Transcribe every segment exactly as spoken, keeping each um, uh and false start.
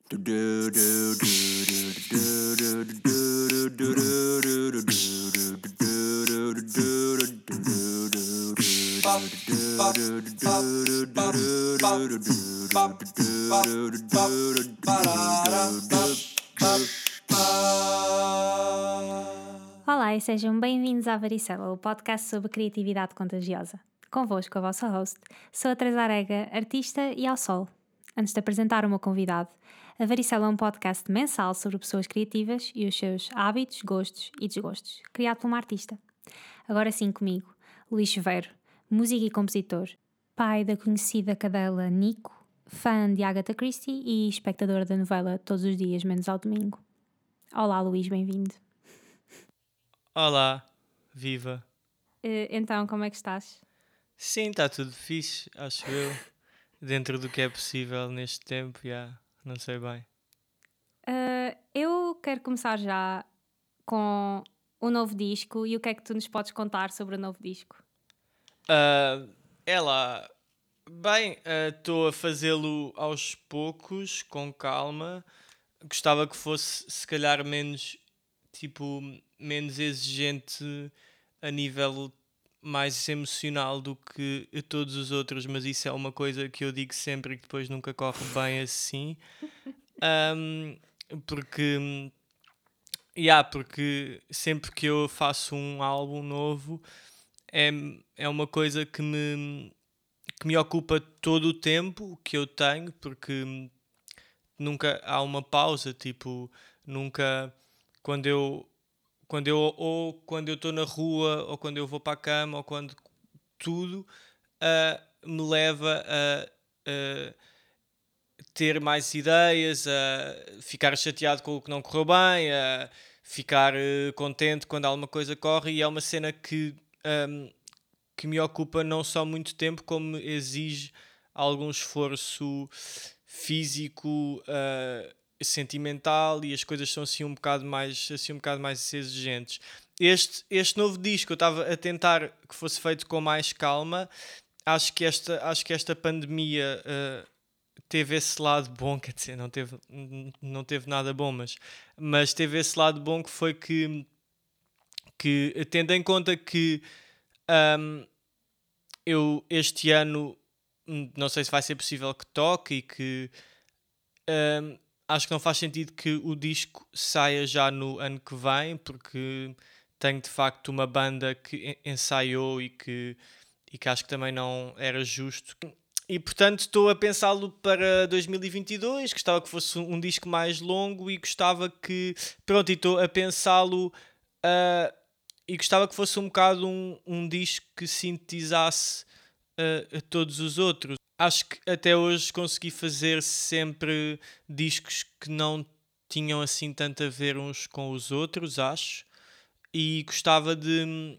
Olá e sejam bem-vindos à Varicela, o podcast sobre criatividade contagiosa. Convosco, a vossa host, sou a Teresa Arega, artista e ao sol. Antes de apresentar o meu convidado, a Varicela é um podcast mensal sobre pessoas criativas e os seus hábitos, gostos e desgostos, criado por uma artista. Agora sim comigo, Luís Cheveiro, músico e compositor, pai da conhecida cadela Nico, fã de Agatha Christie e espectador da novela Todos os Dias Menos ao Domingo. Olá Luís, bem-vindo. Olá, viva. Uh, então, como é que estás? Sim, está tudo fixe, acho eu. Dentro do que é possível neste tempo, já não sei bem. Uh, eu quero começar já com o novo disco e o que é que tu nos podes contar sobre o novo disco? Uh, é lá. Bem, estou uh, a fazê-lo aos poucos, com calma. Gostava que fosse, se calhar, menos, tipo, menos exigente a nível mais emocional do que todos os outros, mas isso é uma coisa que eu digo sempre e que depois nunca corre bem assim. Um, porque, yeah, porque sempre que eu faço um álbum novo é, é uma coisa que me, que me ocupa todo o tempo que eu tenho, porque nunca há uma pausa, tipo, nunca quando eu quando eu ou quando eu estou na rua ou quando eu vou para a cama ou quando tudo uh, me leva a, a ter mais ideias, a ficar chateado com o que não correu bem, a ficar uh, contente quando alguma coisa corre, e é uma cena que, um, que me ocupa não só muito tempo, como exige algum esforço físico, uh, sentimental, e as coisas são assim um bocado mais, assim um bocado mais exigentes. Este, este novo disco eu estava a tentar que fosse feito com mais calma. Acho que esta, acho que esta pandemia uh, teve esse lado bom, quer dizer, não teve, não teve nada bom, mas, mas teve esse lado bom que foi que, que tendo em conta que um, eu este ano não sei se vai ser possível que toque e que um, acho que não faz sentido que o disco saia já no ano que vem, porque tenho de facto uma banda que ensaiou e que, e que acho que também não era justo. E portanto estou a pensá-lo para dois mil e vinte e dois, gostava que fosse um disco mais longo e gostava que, pronto, e estou a pensá-lo uh, e gostava que fosse um bocado um, um disco que sintetizasse uh, a todos os outros. Acho que até hoje consegui fazer sempre discos que não tinham assim tanto a ver uns com os outros, acho, e gostava de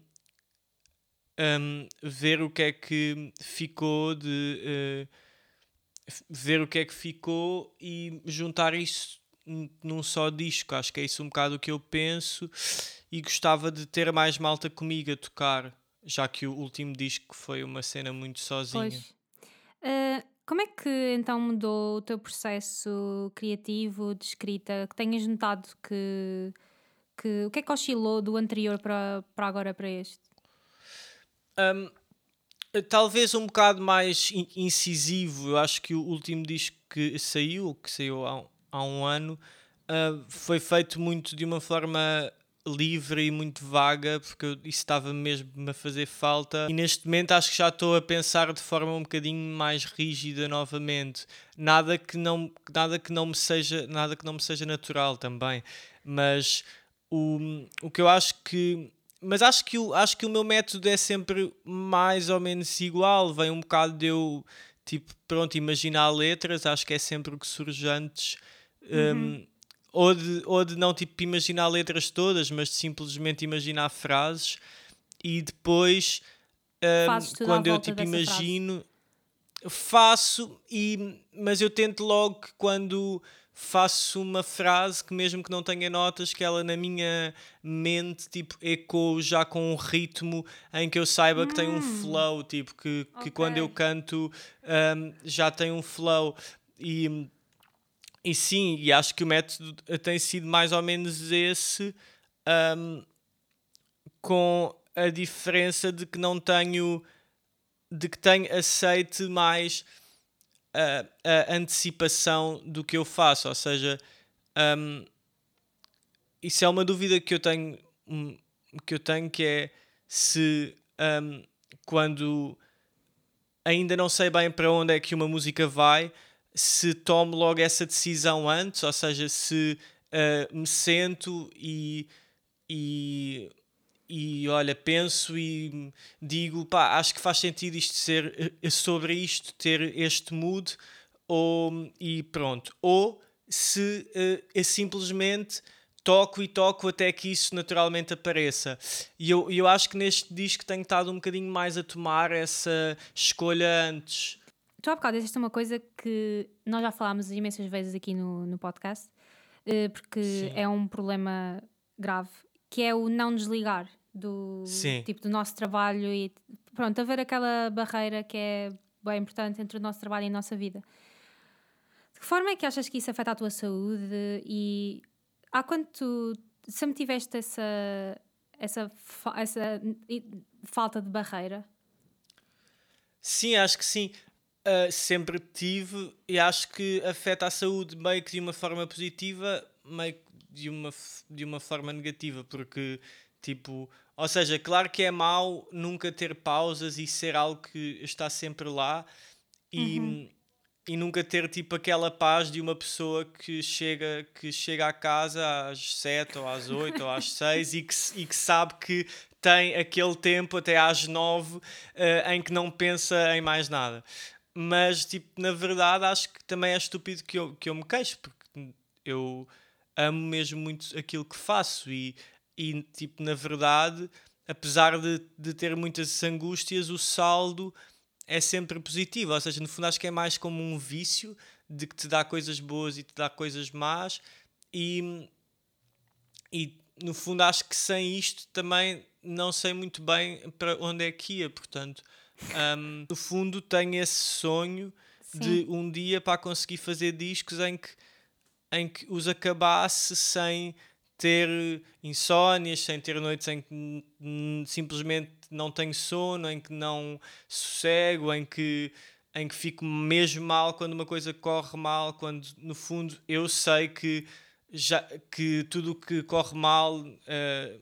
um, ver o que é que ficou de uh, ver o que é que ficou e juntar isso num só disco. Acho que é isso um bocado o que eu penso, e gostava de ter mais malta comigo a tocar, já que o último disco foi uma cena muito sozinha. Pois. Uh, como é que então mudou o teu processo criativo de escrita? Que tenhas notado que, que o que é que oscilou do anterior para, para agora para este? Um, talvez um bocado mais in- incisivo. Eu acho que o último disco que saiu, que saiu há, um- há um ano, uh, foi feito muito de uma forma livre e muito vaga, porque eu- isso estava mesmo a fazer falta. E neste momento acho que já estou a pensar de forma um bocadinho mais rígida novamente. Nada que não, nada que não me seja, nada que não me seja natural também. Mas o, o que eu acho que mas acho que, o, acho que o meu método é sempre mais ou menos igual. Vem um bocado de eu, tipo, pronto, imaginar letras. Acho que é sempre o que surge antes. Uhum. Um, ou, de, ou de não, tipo, imaginar letras todas, mas de simplesmente imaginar frases. E depois, Fazes um, tudo à quando eu, volta tipo, dessa frase. imagino, faço, e, mas eu tento logo que quando faço uma frase, que mesmo que não tenha notas, que ela na minha mente tipo ecoe já com um ritmo em que eu saiba que tem um Hum, flow, tipo que, que ok. quando eu canto um, já tem um flow. E, e sim, e acho que o método tem sido mais ou menos esse, um, com a diferença de que não tenho, de que tenho aceite mais a, a antecipação do que eu faço, ou seja, um, isso é uma dúvida que eu tenho, hum, que eu tenho que é se um, quando ainda não sei bem para onde é que uma música vai, se tomo logo essa decisão antes, ou seja, se uh, me sento e, e, e olha, penso e digo, pá, acho que faz sentido isto ser eh, sobre isto, ter este mood, ou, e pronto. Ou se uh, eu simplesmente toco e toco até que isso naturalmente apareça. E eu, eu acho que neste disco tenho estado um bocadinho mais a tomar essa escolha antes. Tu há bocado disseste uma coisa que nós já falámos imensas vezes aqui no, no podcast, uh, porque Sim. é um problema grave, que é o não desligar do, Sim. tipo, do nosso trabalho e pronto, haver aquela barreira que é bem importante entre o nosso trabalho e a nossa vida. De que forma é que achas que isso afeta a tua saúde e há quanto sempre tiveste essa, essa, fa- essa i- falta de barreira? Sim, acho que sim. Uh, sempre tive e acho que afeta a saúde meio que de uma forma positiva, meio que de uma, f- de uma forma negativa, porque, tipo, ou seja, claro que é mau nunca ter pausas e ser algo que está sempre lá Uhum. e, e nunca ter, tipo, aquela paz de uma pessoa que chega, que chega à casa às sete ou às oito ou às seis e que, s- e que sabe que tem aquele tempo até às nove uh, em que não pensa em mais nada. Mas, tipo, na verdade, acho que também é estúpido que eu, que eu me queixo, porque eu amo mesmo muito aquilo que faço e, e tipo, na verdade, apesar de, de ter muitas angústias, o saldo é sempre positivo. Ou seja, no fundo, acho que é mais como um vício de que te dá coisas boas e te dá coisas más, e, e no fundo, acho que sem isto também não sei muito bem para onde é que ia, portanto. Um, no fundo, tenho esse sonho Sim. de um dia para conseguir fazer discos em que, em que os acabasse sem ter insónias, sem ter noites em que n- n- simplesmente não tenho sono, em que não sossego, em que, em que fico mesmo mal quando uma coisa corre mal, quando no fundo eu sei que, já, que tudo o que corre mal. eh,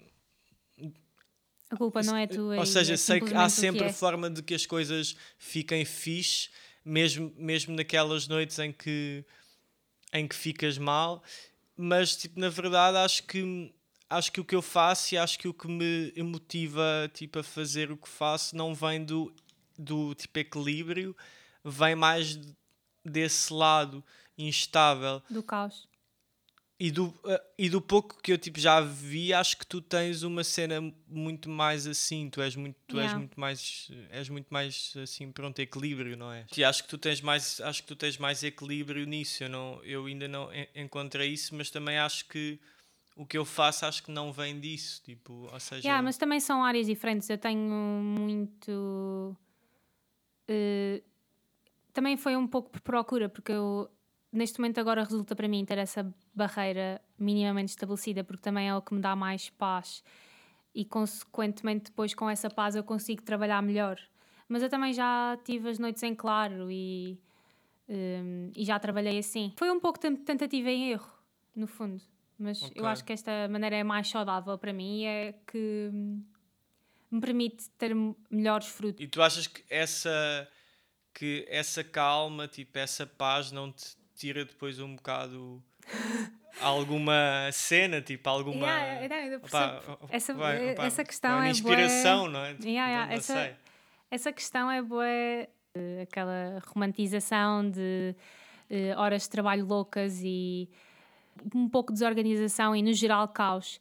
A culpa não é tua ou e seja, é sei que há simplesmente o que sempre é. forma de que as coisas fiquem fixe, mesmo, mesmo naquelas noites em que, em que ficas mal, mas tipo, na verdade acho que acho que o que eu faço e acho que o que me motiva tipo, a fazer o que faço não vem do, do tipo equilíbrio, vem mais desse lado instável. Do caos. E do, eh, e do pouco que eu tipo, já vi, acho que tu tens uma cena muito mais assim, tu és muito, tu és Yeah. muito mais, és muito mais assim, pronto, equilíbrio, não é? E acho que tu tens mais, acho que tu tens mais equilíbrio nisso. Eu não, eu ainda não en- encontrei isso, mas também acho que o que eu faço acho que não vem disso, tipo, ou Yeah, seja, mas também são áreas diferentes. Eu tenho muito. eh, também foi um pouco por procura, porque eu, neste momento, agora resulta para mim ter essa barreira minimamente estabelecida, porque também é o que me dá mais paz e, consequentemente, depois com essa paz eu consigo trabalhar melhor. Mas eu também já tive as noites em claro e, eh, e já trabalhei assim. Foi um pouco de tentativa e erro, no fundo. Mas eu ok. acho que esta maneira é mais saudável para mim e é que me permite ter m- melhores frutos. E tu achas que essa, que essa calma, tipo, essa paz não te tira depois um bocado alguma cena, tipo, alguma. Yeah, eu, eu percebo. Opá, Essa, vai, opá, essa vai questão na é bué. inspiração, não é? Tipo, Yeah, não, yeah, não essa, sei. essa questão é bué. eh, Aquela romantização de eh, horas de trabalho loucas e um pouco de desorganização e, no geral, caos.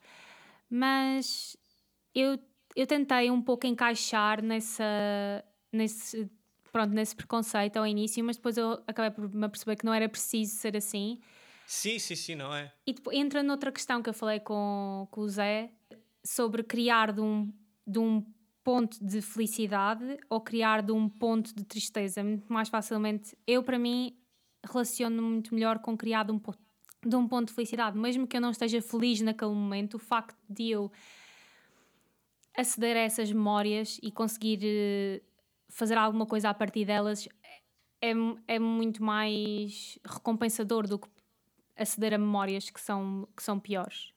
Mas eu, eu tentei um pouco encaixar nessa, nesse, pronto, nesse preconceito ao início, mas depois eu acabei por me perceber que não era preciso ser assim. Sim, sim, sim, não é? E depois entra noutra questão que eu falei com, com o Zé sobre criar de um, de um ponto de felicidade ou criar de um ponto de tristeza. Muito mais facilmente, eu para mim, relaciono muito melhor com criar de um, po- de um ponto de felicidade. Mesmo que eu não esteja feliz naquele momento, o facto de eu aceder a essas memórias e conseguir eh, fazer alguma coisa a partir delas é, é muito mais recompensador do que aceder a memórias que são, que são piores.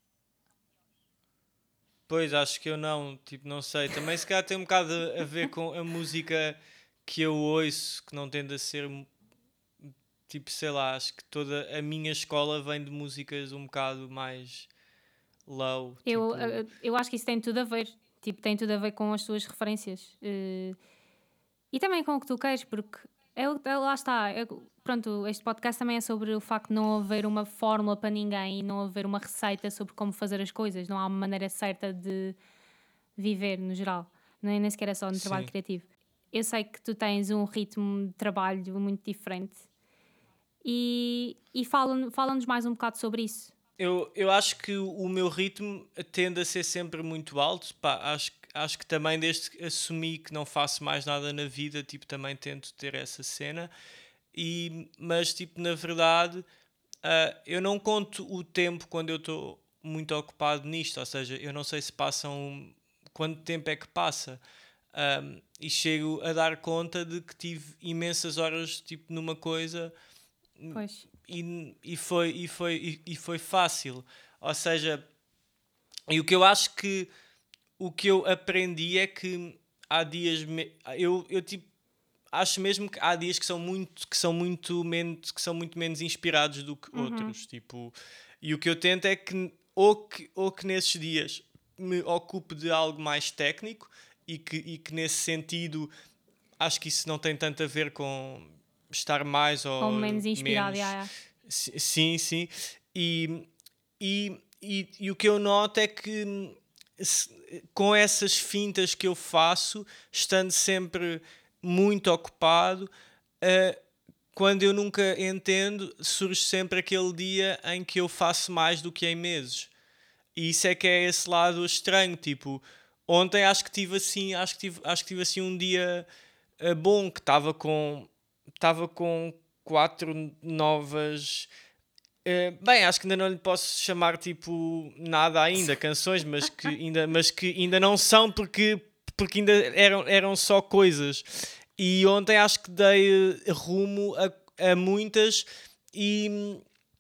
Pois, acho que eu não, tipo, não sei. Também se calhar tem um bocado a ver com a música que eu ouço, que não tende a ser, tipo, sei lá, acho que toda a minha escola vem de músicas um bocado mais low, Eu, tipo... eh, eu acho que isso tem tudo a ver. Tipo, tem tudo a ver com as tuas referências. Eh, e também com o que tu queres, porque é, o- é- lá está. É- pronto, este podcast também é sobre o facto de não haver uma fórmula para ninguém e não haver uma receita sobre como fazer as coisas. Não há uma maneira certa de viver, no geral. Nem, nem sequer é só no trabalho Sim. criativo. Eu sei que tu tens um ritmo de trabalho muito diferente e, e fala- fala-nos mais um bocado sobre isso. Eu, eu acho que o o meu ritmo tende a ser sempre muito alto. Pá, acho, que- acho que também desde que assumi que não faço mais nada na vida, tipo, também tento ter essa cena. E, mas, tipo, na verdade, ah, eu não conto o tempo quando eu estou muito ocupado nisto. Ou seja, eu não sei se passam... Quanto tempo é que passa? Ahm, e chego a dar conta de que tive imensas horas, tipo, numa coisa Pois, e, e, foi, e, foi, e, e foi fácil. Ou seja, e o que eu acho que o que eu aprendi é que há dias me- eu, eu tipo acho mesmo que há dias que são muito que são muito menos que são muito menos inspirados do que uhum, outros, tipo, e o que eu tento é que ou que, ou que nesses dias me ocupe de algo mais técnico e que, e que nesse sentido acho que isso não tem tanto a ver com estar mais ou ou menos inspirado, já, menos. já. Si- Sim, sim. E, e, e, e o que eu noto é que hum, se- com essas fintas que eu faço, estando sempre muito ocupado, eh, quando eu nunca entendo, surge sempre aquele dia em que eu faço mais do que em meses. E isso é que é esse lado estranho, tipo, ontem acho que tive assim, acho que tive, acho que tive assim um dia eh, bom, que estava com estava com quatro novas eh, bem, acho que ainda não lhe posso chamar tipo nada ainda, canções, mas que ainda, mas que ainda não são porque, porque ainda eram, eram só coisas. E ontem acho que dei eh, rumo a, a muitas e,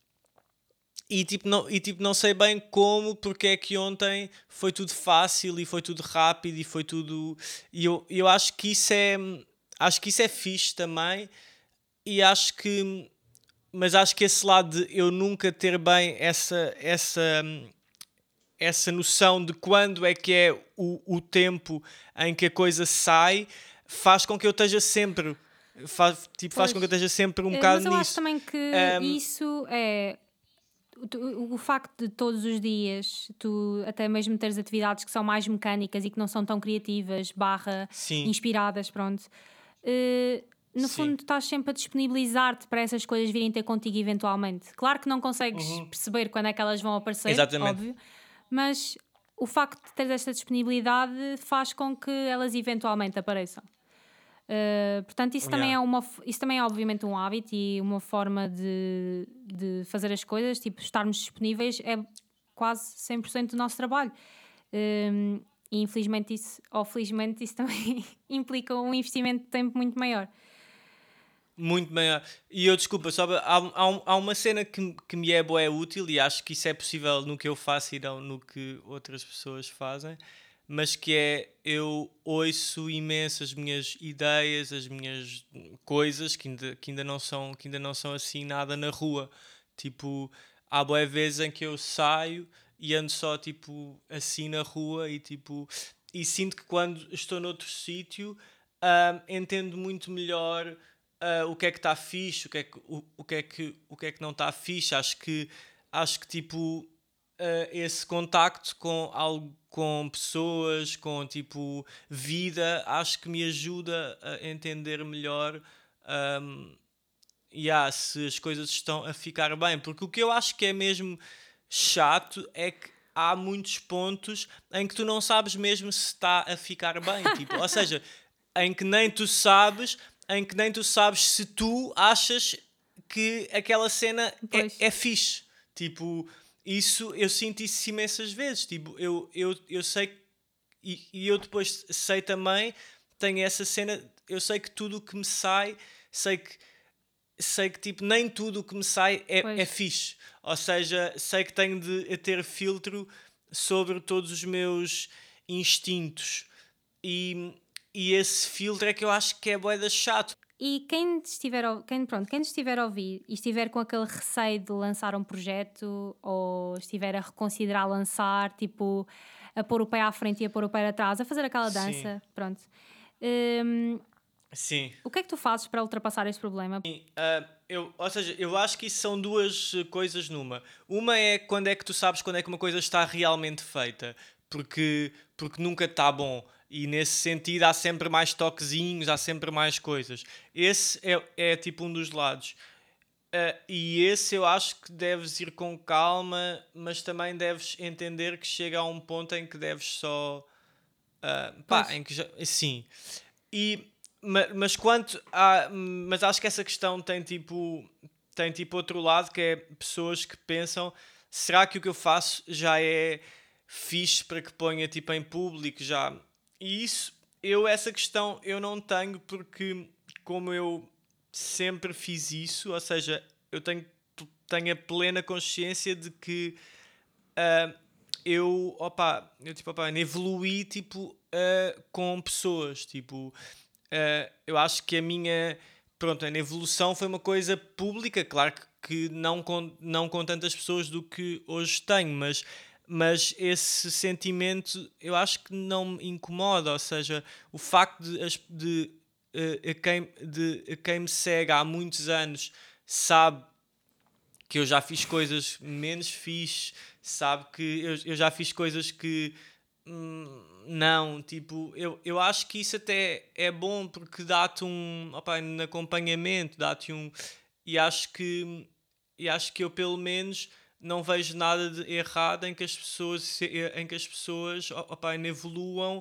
e, tipo, não, e tipo não sei bem como, porque é que ontem foi tudo fácil e foi tudo rápido e foi tudo. E eu, eu acho que isso é. Acho que isso é fixe também. E acho que mas acho que esse lado de eu nunca ter bem essa, essa, essa noção de quando é que é o, o tempo em que a coisa sai, faz com que eu esteja sempre faz, tipo, faz com que eu Pois. esteja sempre um Eh, bocado Mas eu acho nisso. também que Um, isso é o, o- o facto de todos os dias tu até mesmo teres atividades que são mais mecânicas e que não são tão criativas, barra sim, inspiradas, pronto. eh, no sim. fundo, tu estás sempre a disponibilizar-te para essas coisas virem ter contigo eventualmente. Claro que não consegues Uhum. perceber quando é que elas vão aparecer, Exatamente. óbvio, mas o facto de teres esta disponibilidade faz com que elas eventualmente apareçam. Uh, portanto, isso também, Yeah. é uma, f- isso também é obviamente um hábito e uma forma de, de fazer as coisas, tipo, estarmos disponíveis é quase cem por cento do nosso trabalho. Um, e infelizmente isso, ou felizmente isso também implica um investimento de tempo muito maior. Muito maior. E eu, desculpa, só há, há, um- há uma cena que, m- que me é boa útil e acho que isso é possível no que eu faço e não no que outras pessoas fazem, mas que é eu ouço imenso as minhas ideias, as minhas coisas que ainda, que ainda, não, são, que ainda não são assim nada na rua. Tipo, há boas vezes em que eu saio e ando só tipo assim na rua e tipo e sinto que quando estou noutro sítio ah, entendo muito melhor ah, o que é que está fixe, o que é que, o, o que é que, o que é que não está fixe. Acho que, acho que tipo, ah, esse contacto com, algo, com pessoas, com tipo vida, acho que me ajuda a entender melhor um, yeah, se as coisas estão a ficar bem. Porque o que eu acho que é mesmo chato é que há muitos pontos em que tu não sabes mesmo se está a ficar bem. Tipo, ou seja, em que nem tu sabes, em que nem tu sabes se tu achas que aquela cena Pois. é, é fixe. Tipo, isso, eu sinto isso imensas vezes. Tipo, eu, eu, eu sei que- e, e eu depois sei também, tenho essa cena, eu sei que tudo o que me sai, sei que sei que tipo, nem tudo o que me sai é, é Pois. fixe. Ou seja, sei que tenho de ter filtro sobre todos os meus instintos. E, e esse filtro é que eu acho que é bué da chato. E quem te estiver, a- quem, pronto, quem te estiver a ouvir e estiver com aquele receio de lançar um projeto ou estiver a reconsiderar lançar, tipo, a pôr o pé à frente e a pôr o pé atrás, a fazer aquela Sim, dança, pronto. Hum, sim. o que é que tu fazes para ultrapassar este problema? Ah, eu, ou seja, eu acho que isso são duas eh, coisas numa. Uma é quando é que tu sabes quando é que uma coisa está realmente feita, porque, porque nunca está bom. E nesse sentido há sempre mais toquezinhos, há sempre mais coisas. Esse é, é tipo um dos lados. Ah, e esse eu acho que deves ir com calma, mas também deves entender que chega a um ponto em que deves só. ah, Pois, pá, em que já. Sim. E, ma- mas quanto a, mas acho que essa questão tem tipo tem tipo outro lado, que é pessoas que pensam, será que o que eu faço já é fixe para que ponha tipo em público já? E isso, eu essa questão eu não tenho, porque como eu sempre fiz isso, ou seja, eu tenho tenho a plena consciência de que ah, eu, opa, eu tipo, opa, evoluí tipo, ah, com pessoas, tipo, ah, eu acho que a minha, pronto, a evolução foi uma coisa pública, claro que, que não, com, não com tantas pessoas do que hoje tenho, mas, mas esse sentimento eu acho que não me incomoda, ou seja, o facto de, as- de, ah, a quem, de a quem me segue há muitos anos sabe que eu já fiz coisas menos fixe, sabe que eu, eu já fiz coisas que hum, não, tipo, eu, eu acho que isso até é bom, porque dá-te um, opa, um acompanhamento, dá-te um, e acho que e acho que eu pelo menos não vejo nada de errado em que as pessoas se- em que as pessoas opa, evoluam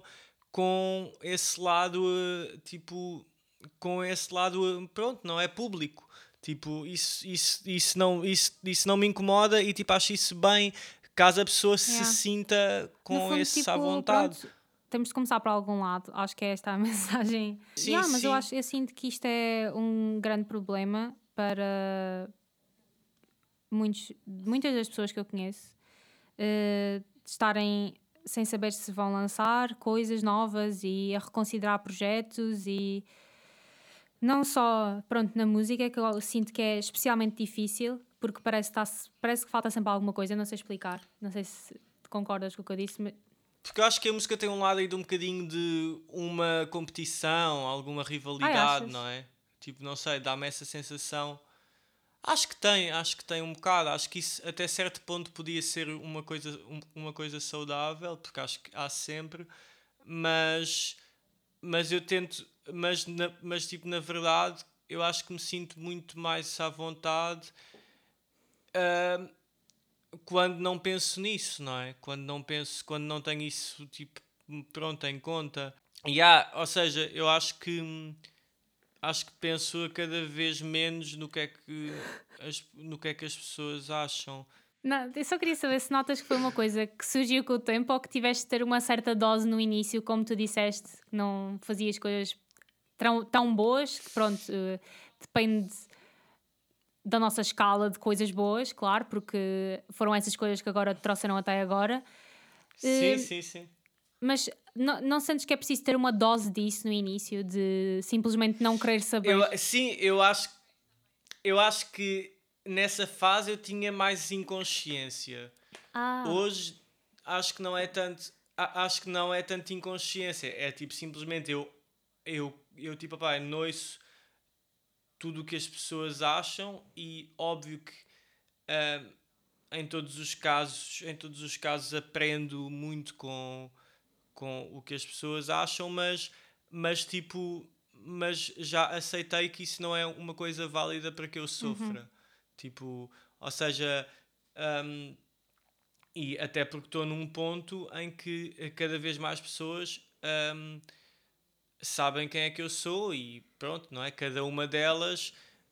com esse lado, eh, tipo, com esse lado, eh, pronto, não é público. Tipo, isso, isso, isso, não, isso, isso não me incomoda, e tipo, acho isso bem, caso a pessoa se yeah. sinta No com fundo, esse à tipo, vontade. pronto, temos de começar por algum lado. Acho que é esta a mensagem. Sim, Yeah, mas eu sim. acho, eu sinto que isto é um grande problema para muitos, muitas das pessoas que eu conheço, eh, de estarem sem saber se vão lançar coisas novas e a reconsiderar projetos, e não só, pronto, na música, que eu sinto que é especialmente difícil, porque parece que, está, parece que falta sempre alguma coisa, eu não sei explicar, não sei se concordas com o que eu disse, mas... Porque eu acho que a música tem um lado aí de um bocadinho de uma competição, alguma Ai, rivalidade, não achas? é? Tipo, não sei, dá-me essa sensação. Acho que tem, acho que tem um bocado. Acho que isso até certo ponto podia ser uma coisa, um- uma coisa saudável, porque acho que há sempre, mas, mas eu tento, mas, na, mas tipo, na verdade, eu acho que me sinto muito mais à vontade, ah, quando não penso nisso, não é? Quando não penso, quando não tenho isso tipo pronto em conta. E há, ou seja, eu acho que hum, acho que penso a cada vez menos no que é que as, no que é que as pessoas acham. Não, eu só queria saber se notas que foi uma coisa que surgiu com o tempo ou que tiveste de ter uma certa dose no início, como tu disseste, que não fazias coisas tão, tão boas, que pronto, eh, depende da nossa escala de coisas boas, claro, porque foram essas coisas que agora te trouxeram até agora. Sim, Eh, sim, sim. mas não, não sentes que é preciso ter uma dose disso no início, de simplesmente não querer Eu, saber? sim, eu acho, eu acho que nessa fase eu tinha mais inconsciência. Ah, Hoje acho que não é tanto, a- acho que não é tanto inconsciência, é tipo simplesmente eu eu eu tipo, pá, noiço tudo o que as pessoas acham, e óbvio que ah, em todos os casos, em todos os casos aprendo muito com com o que as pessoas acham, mas mas tipo, mas já aceitei que isso não é uma coisa válida para que eu uhum, sofra. Tipo, ou seja, hum, e até porque estou num ponto em que cada vez mais pessoas hum, sabem quem é que eu sou, e pronto, não é? Cada uma delas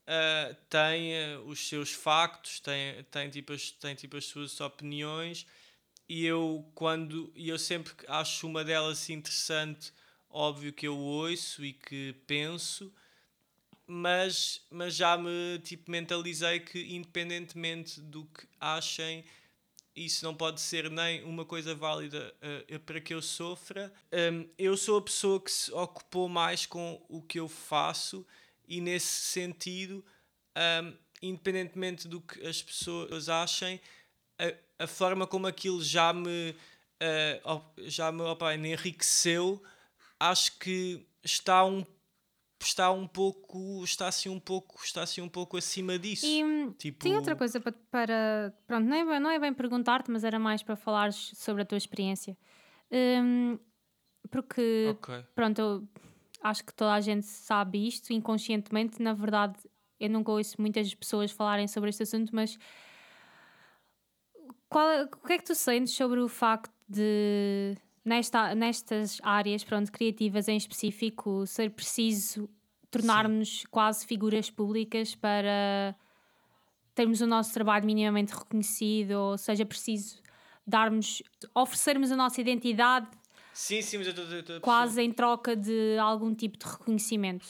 uh, tem uh, os seus factos, tem, tem, tipo as, tem tipo as suas opiniões, e eu, quando, e eu sempre que acho uma delas interessante, óbvio que eu ouço e que penso, mas, mas já me tipo, mentalizei que, independentemente do que achem, isso não pode ser nem uma coisa válida uh, para que eu sofra. Um, eu sou a pessoa que se ocupou mais com o que eu faço, e nesse sentido, um, independentemente do que as pessoas achem, a, a forma como aquilo já me, uh, já me opa, enriqueceu, acho que está um está um pouco está assim um pouco está assim um pouco acima disso, E hum, tem outra tipo. coisa para, para pronto, não é, bem- não é bem perguntar-te, mas era mais para falares sobre a tua experiência. Hum, porque, Ok. pronto, eu acho que toda a gente sabe isto inconscientemente. Na verdade, eu nunca ouço muitas pessoas falarem sobre este assunto, mas qual é- o que é que tu sentes sobre o facto de, nesta, nestas áreas, pronto, criativas em específico, ser preciso Sim. tornarmos quase figuras públicas para termos o nosso trabalho minimamente reconhecido, ou seja, preciso darmos, oferecermos a nossa identidade Sim, sim, mas eu estou a perceber. quase em troca de algum tipo de reconhecimento.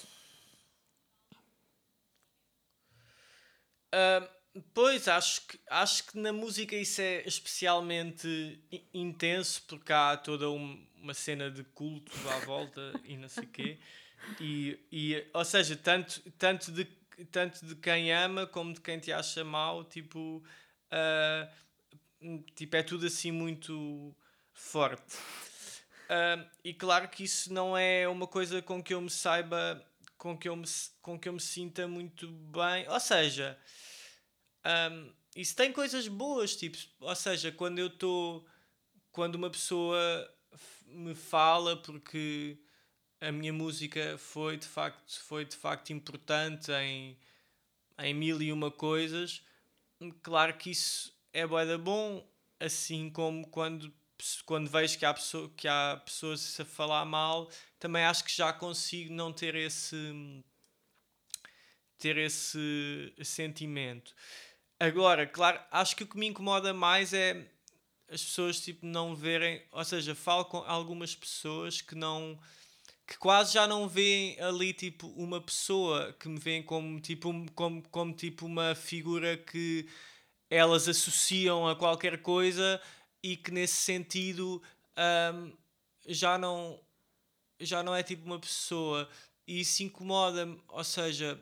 Ah, pois, acho que, acho que na música isso é especialmente i- intenso, porque há toda um- uma cena de culto à volta e não sei o quê. E, e, ou seja, tanto, tanto, de, tanto de quem ama como de quem te acha mau, tipo, ah, tipo é tudo assim muito forte. Ah, e claro que isso não é uma coisa com que eu me saiba, com que eu me, com que eu me sinta muito bem. Ou seja, um, isso tem coisas boas, tipo, ou seja, quando eu estou, quando uma pessoa f- me fala porque a minha música foi de facto, foi de facto importante em, em mil e uma coisas, claro que isso é bué da bom, assim como quando, quando vejo que há, pessoa, que há pessoas a falar mal, também acho que já consigo não ter esse, ter esse sentimento. Agora, claro, acho que o que me incomoda mais é as pessoas tipo não verem, ou seja, falo com algumas pessoas que não, que quase já não veem ali tipo uma pessoa, que me veem como tipo um- como, como tipo uma figura que elas associam a qualquer coisa, e que nesse sentido, hum, já não já não é tipo uma pessoa, e isso incomoda-me, ou seja,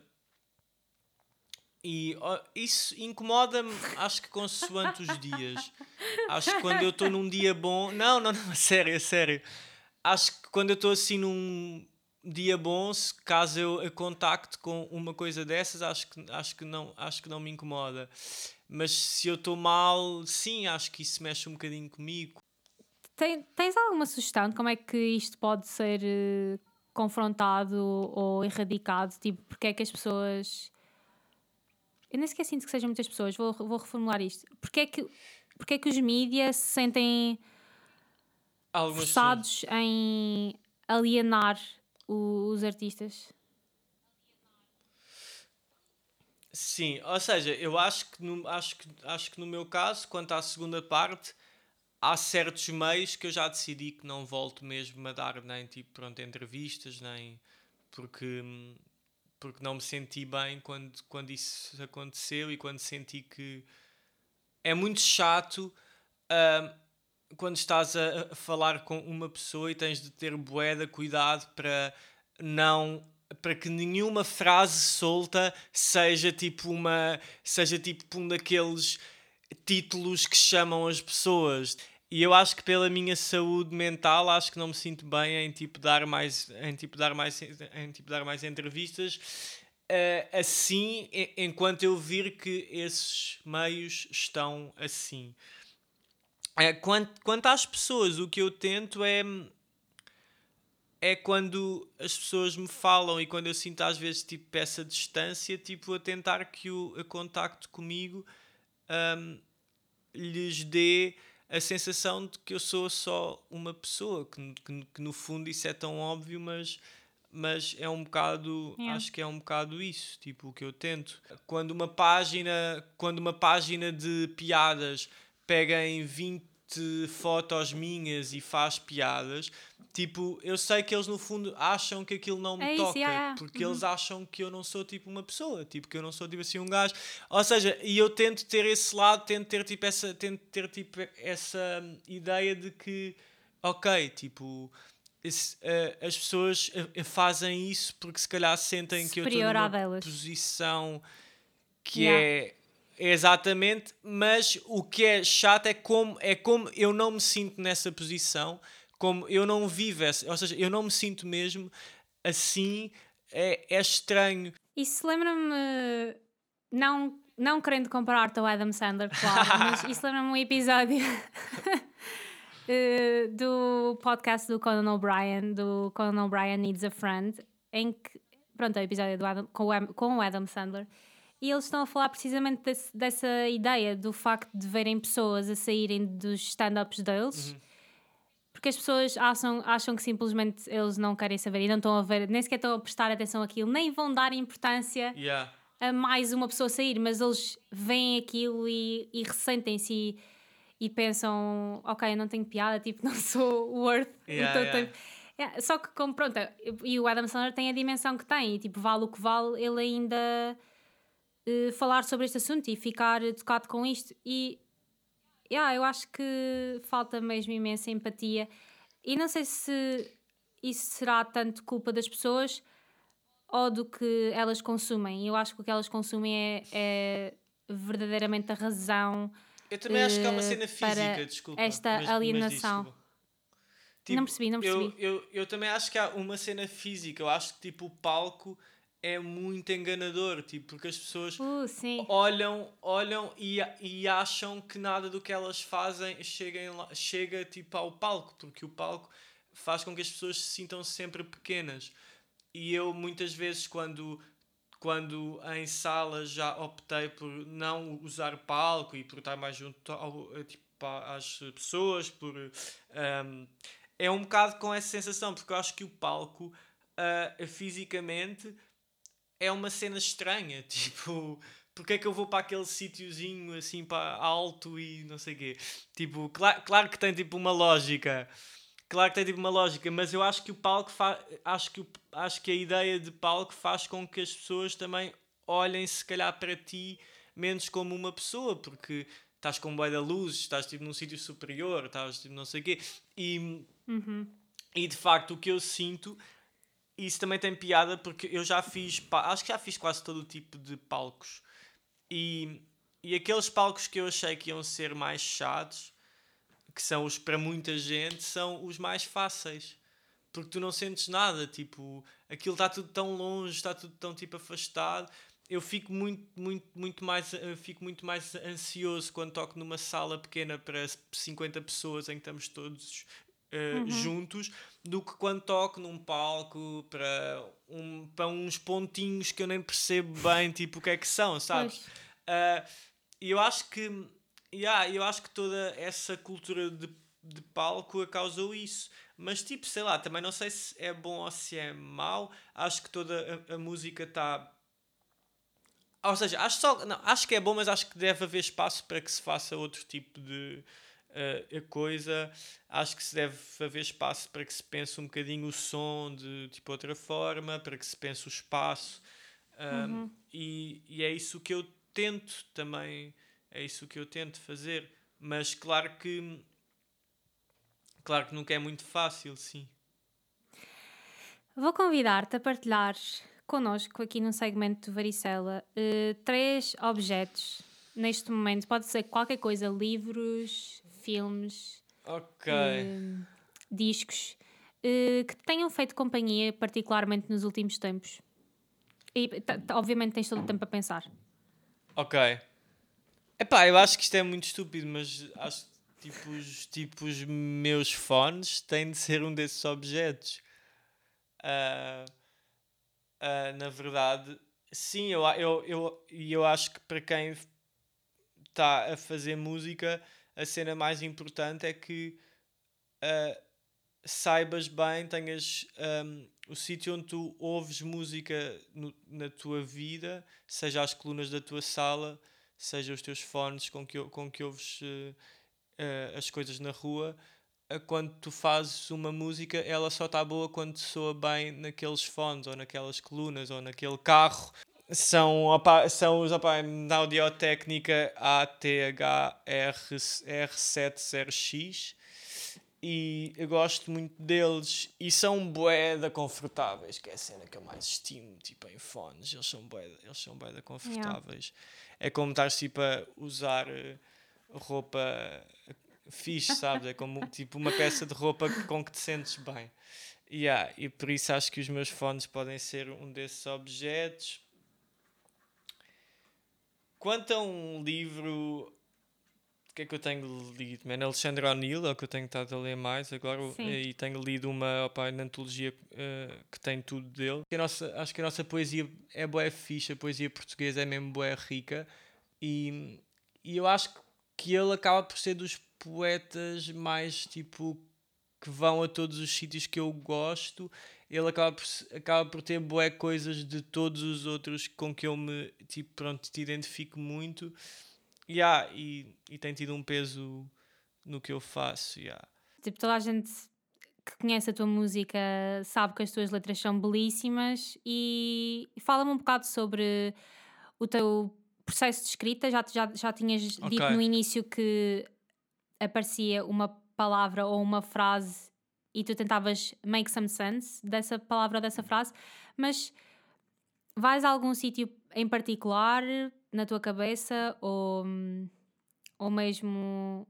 e ó, isso incomoda-me, acho que consoante os dias. Acho que quando eu estou num dia bom. Não, não, não, a sério, a sério. Acho que quando eu estou assim num dia bom, se caso eu, eu contacte com uma coisa dessas, acho que, acho que, não, acho que não me incomoda. Mas se eu estou mal, sim, acho que isso mexe um bocadinho comigo. Tem- tens alguma sugestão de como é que isto pode ser eh, confrontado ou erradicado? Tipo, porque é que as pessoas. Eu nem sequer sinto que sejam muitas pessoas, vou, vou reformular isto. Porque é que, porque é que os mídias se sentem Algumas sim. forçados em alienar o- os artistas? Sim, ou seja, eu acho que, no, acho, que, acho que no meu caso, quanto à segunda parte, há certos meios que eu já decidi que não volto mesmo a dar nem tipo, pronto, entrevistas, nem porque, porque não me senti bem quando, quando isso aconteceu, e quando senti que é muito chato, ah, quando estás a, a falar com uma pessoa e tens de ter bué de cuidado para não para que nenhuma frase solta seja tipo uma seja tipo um daqueles títulos que chamam as pessoas. E eu acho que pela minha saúde mental, acho que não me sinto bem em tipo dar mais em tipo dar mais em tipo dar mais entrevistas, eh, assim, e- enquanto eu vir que esses meios estão assim. É, quanto, quanto às pessoas, o que eu tento é é quando as pessoas me falam, e quando eu sinto às vezes tipo essa distância, tipo a tentar que o a contacto comigo, hum, lhes dê a sensação de que eu sou só uma pessoa, que, que, que no fundo isso é tão óbvio, mas mas é um bocado, Yeah. acho que é um bocado isso, tipo, o que eu tento. Quando uma página, quando uma página de piadas pega em vinte fotos minhas e faz piadas, tipo, eu sei que eles no fundo acham que aquilo não me É isso, toca, yeah, yeah. porque Uhum. eles acham que eu não sou tipo uma pessoa, tipo, que eu não sou tipo assim um gajo. Ou seja, e eu tento ter esse lado, tento ter tipo essa, tento ter tipo essa ideia de que, ok, tipo, esse, uh, as pessoas uh, fazem isso porque se calhar sentem que eu estou Superior à numa delas. posição que Yeah. é exatamente, mas o que é chato é como, é como eu não me sinto nessa posição, como eu não vivo essa, ou seja, eu não me sinto mesmo assim, é, é estranho. Isso lembra-me, não, não querendo comparar-te ao Adam Sandler, claro, mas isso lembra-me um episódio eh, do podcast do Conan O'Brien, do Conan O'Brien Needs a Friend, em que, pronto, é o episódio do Adam, com, o, Am- com o Adam Sandler, e eles estão a falar precisamente desse- dessa ideia do facto de verem pessoas a saírem dos stand-ups deles. Porque as pessoas acham, acham que simplesmente eles não querem saber e não estão a ver, nem sequer estão a prestar atenção àquilo, nem vão dar importância Yeah. a mais uma pessoa sair, mas eles veem aquilo e, e ressentem-se e, e pensam, ok, eu não tenho piada, tipo, não sou worth. Yeah, Então, yeah. tipo, é, só que, como, pronto, e o Adam Sandler tem a dimensão que tem, e tipo, vale o que vale ele ainda eh, falar sobre este assunto e ficar tocado com isto. E yeah, eu acho que falta mesmo imensa empatia. E não sei se isso será tanto culpa das pessoas ou do que elas consumem. Eu acho que o que elas consumem é, é verdadeiramente a razão Eu também acho que há uma eh, cena física, para desculpa, esta mas, mas diz, alienação. desculpa. Não Tipo, percebi, não eu, percebi. eu, eu também acho que há uma cena física. Eu acho que tipo, o palco é muito enganador, tipo, porque as pessoas Uh, sim. olham, olham e, e acham que nada do que elas fazem cheguem lá, chega tipo, ao palco, porque o palco faz com que as pessoas se sintam sempre pequenas. E eu muitas vezes quando, quando em salas já optei por não usar palco e por estar mais junto ao, tipo, às pessoas, por... Um, é um bocado com essa sensação, porque eu acho que o palco, uh, fisicamente, é uma cena estranha. Tipo, porque é que eu vou para aquele sítiozinho assim para alto e não sei o quê? Tipo, claro, claro que tem tipo uma lógica. Claro que tem tipo uma lógica, mas eu acho que o palco faz. Acho que, o, acho que a ideia de palco faz com que as pessoas também olhem se calhar para ti menos como uma pessoa, porque estás com bué da luz, estás tipo num sítio superior, estás tipo não sei o quê. E, Uhum. e de facto o que eu sinto, isso também tem piada porque eu já fiz, pa- acho que já fiz quase todo o tipo de palcos. E, e aqueles palcos que eu achei que iam ser mais chatos, que são os para muita gente, são os mais fáceis. Porque tu não sentes nada, tipo, aquilo está tudo tão longe, está tudo tão tipo afastado. Eu fico muito, muito, muito mais, eu fico muito mais ansioso quando toco numa sala pequena para cinquenta pessoas em que estamos todos uh, Uhum. juntos, do que quando toco num palco para, um, para uns pontinhos que eu nem percebo bem tipo o que é que são, sabes? Pois. Uh, E eu acho que yeah, eu acho que toda essa cultura de, de palco causou isso. Mas tipo, sei lá, também não sei se é bom ou se é mau. Acho que toda a, a música está. Ou seja, acho, só, não, acho que é bom, mas acho que deve haver espaço para que se faça outro tipo de uh, coisa. Acho que se deve haver espaço para que se pense um bocadinho o som de tipo outra forma, para que se pense o espaço. Um, Uhum. e, e é isso que eu tento também, é isso que eu tento fazer. Mas claro que claro que nunca é muito fácil, sim. Vou convidar-te a partilhar connosco aqui no segmento do Varicela eh, três objetos neste momento. Pode ser qualquer coisa, livros, filmes, Ok. eh, discos, eh, que te tenham feito companhia, particularmente nos últimos tempos. E t- t- obviamente tens todo o tempo para pensar. Ok. Epá, eu acho que isto é muito estúpido, mas acho que tipo os, tipo, os meus fones têm de ser um desses objetos. Ah, ah, na verdade, sim, eu, eu, eu, e eu acho que para quem está a fazer música, a cena mais importante é que ah, saibas bem, tenhas um, o sítio onde tu ouves música no, na tua vida, seja as colunas da tua sala, seja os teus fones com que, com que ouves uh, uh, as coisas na rua. Uh, quando tu fazes uma música, ela só está boa quando soa bem naqueles fones, ou naquelas colunas, ou naquele carro. São, opa, são os opa, na Audio-Técnica A T H R sete zero X e eu gosto muito deles e são bué da confortáveis, que é a cena que eu mais estimo, tipo, em fones. Eles são bué, eles são bué da confortáveis. Yeah. É como estar tipo a usar uh, roupa fixe, sabes? É como tipo uma peça de roupa com que te sentes bem. Yeah, e por isso acho que os meus fones podem ser um desses objetos. Quanto a um livro, o que é que eu tenho lido? Man, Alexandre O'Neill é o que eu tenho estado a ler mais agora. Sim. E tenho lido uma opa, antologia uh, que tem tudo dele. A nossa, acho que a nossa poesia é bué fixe, a poesia portuguesa é mesmo bué rica. E, e eu acho que ele acaba por ser dos poetas mais tipo que vão a todos os sítios que eu gosto. Ele acaba por, acaba por ter bué coisas de todos os outros com que eu me tipo, pronto, te identifico muito. Yeah, e, e tem tido um peso no que eu faço. Yeah. Tipo, toda a gente que conhece a tua música sabe que as tuas letras são belíssimas e fala-me um bocado sobre o teu processo de escrita. Já, já, já tinhas okay. dito no início que aparecia uma palavra ou uma frase e tu tentavas make some sense dessa palavra ou dessa frase, mas vais a algum sítio em particular na tua cabeça ou, ou mesmo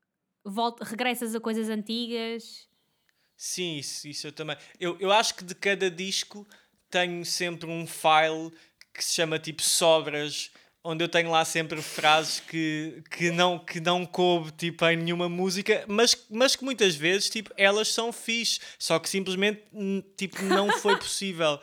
volta, regressas a coisas antigas? Sim, isso, isso eu também. Eu, eu acho que de cada disco tenho sempre um file que se chama tipo Sobras, onde eu tenho lá sempre frases que, que, não, que não coube tipo, em nenhuma música, mas, mas que muitas vezes tipo, elas são fixe, só que simplesmente tipo, não foi possível.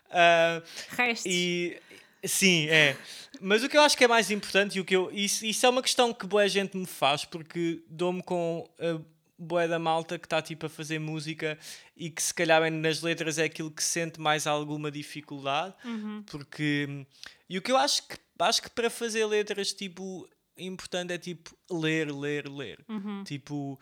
Uh, Restos. E sim, é. Mas o que eu acho que é mais importante, e o que eu, isso, isso é uma questão que boa gente me faz, porque dou-me com a boa da malta que está tipo, a fazer música e que se calhar nas letras é aquilo que sente mais alguma dificuldade. Uhum. Porque. E o que eu acho que acho que para fazer letras, tipo, importante é tipo ler, ler, ler. Uhum. Tipo,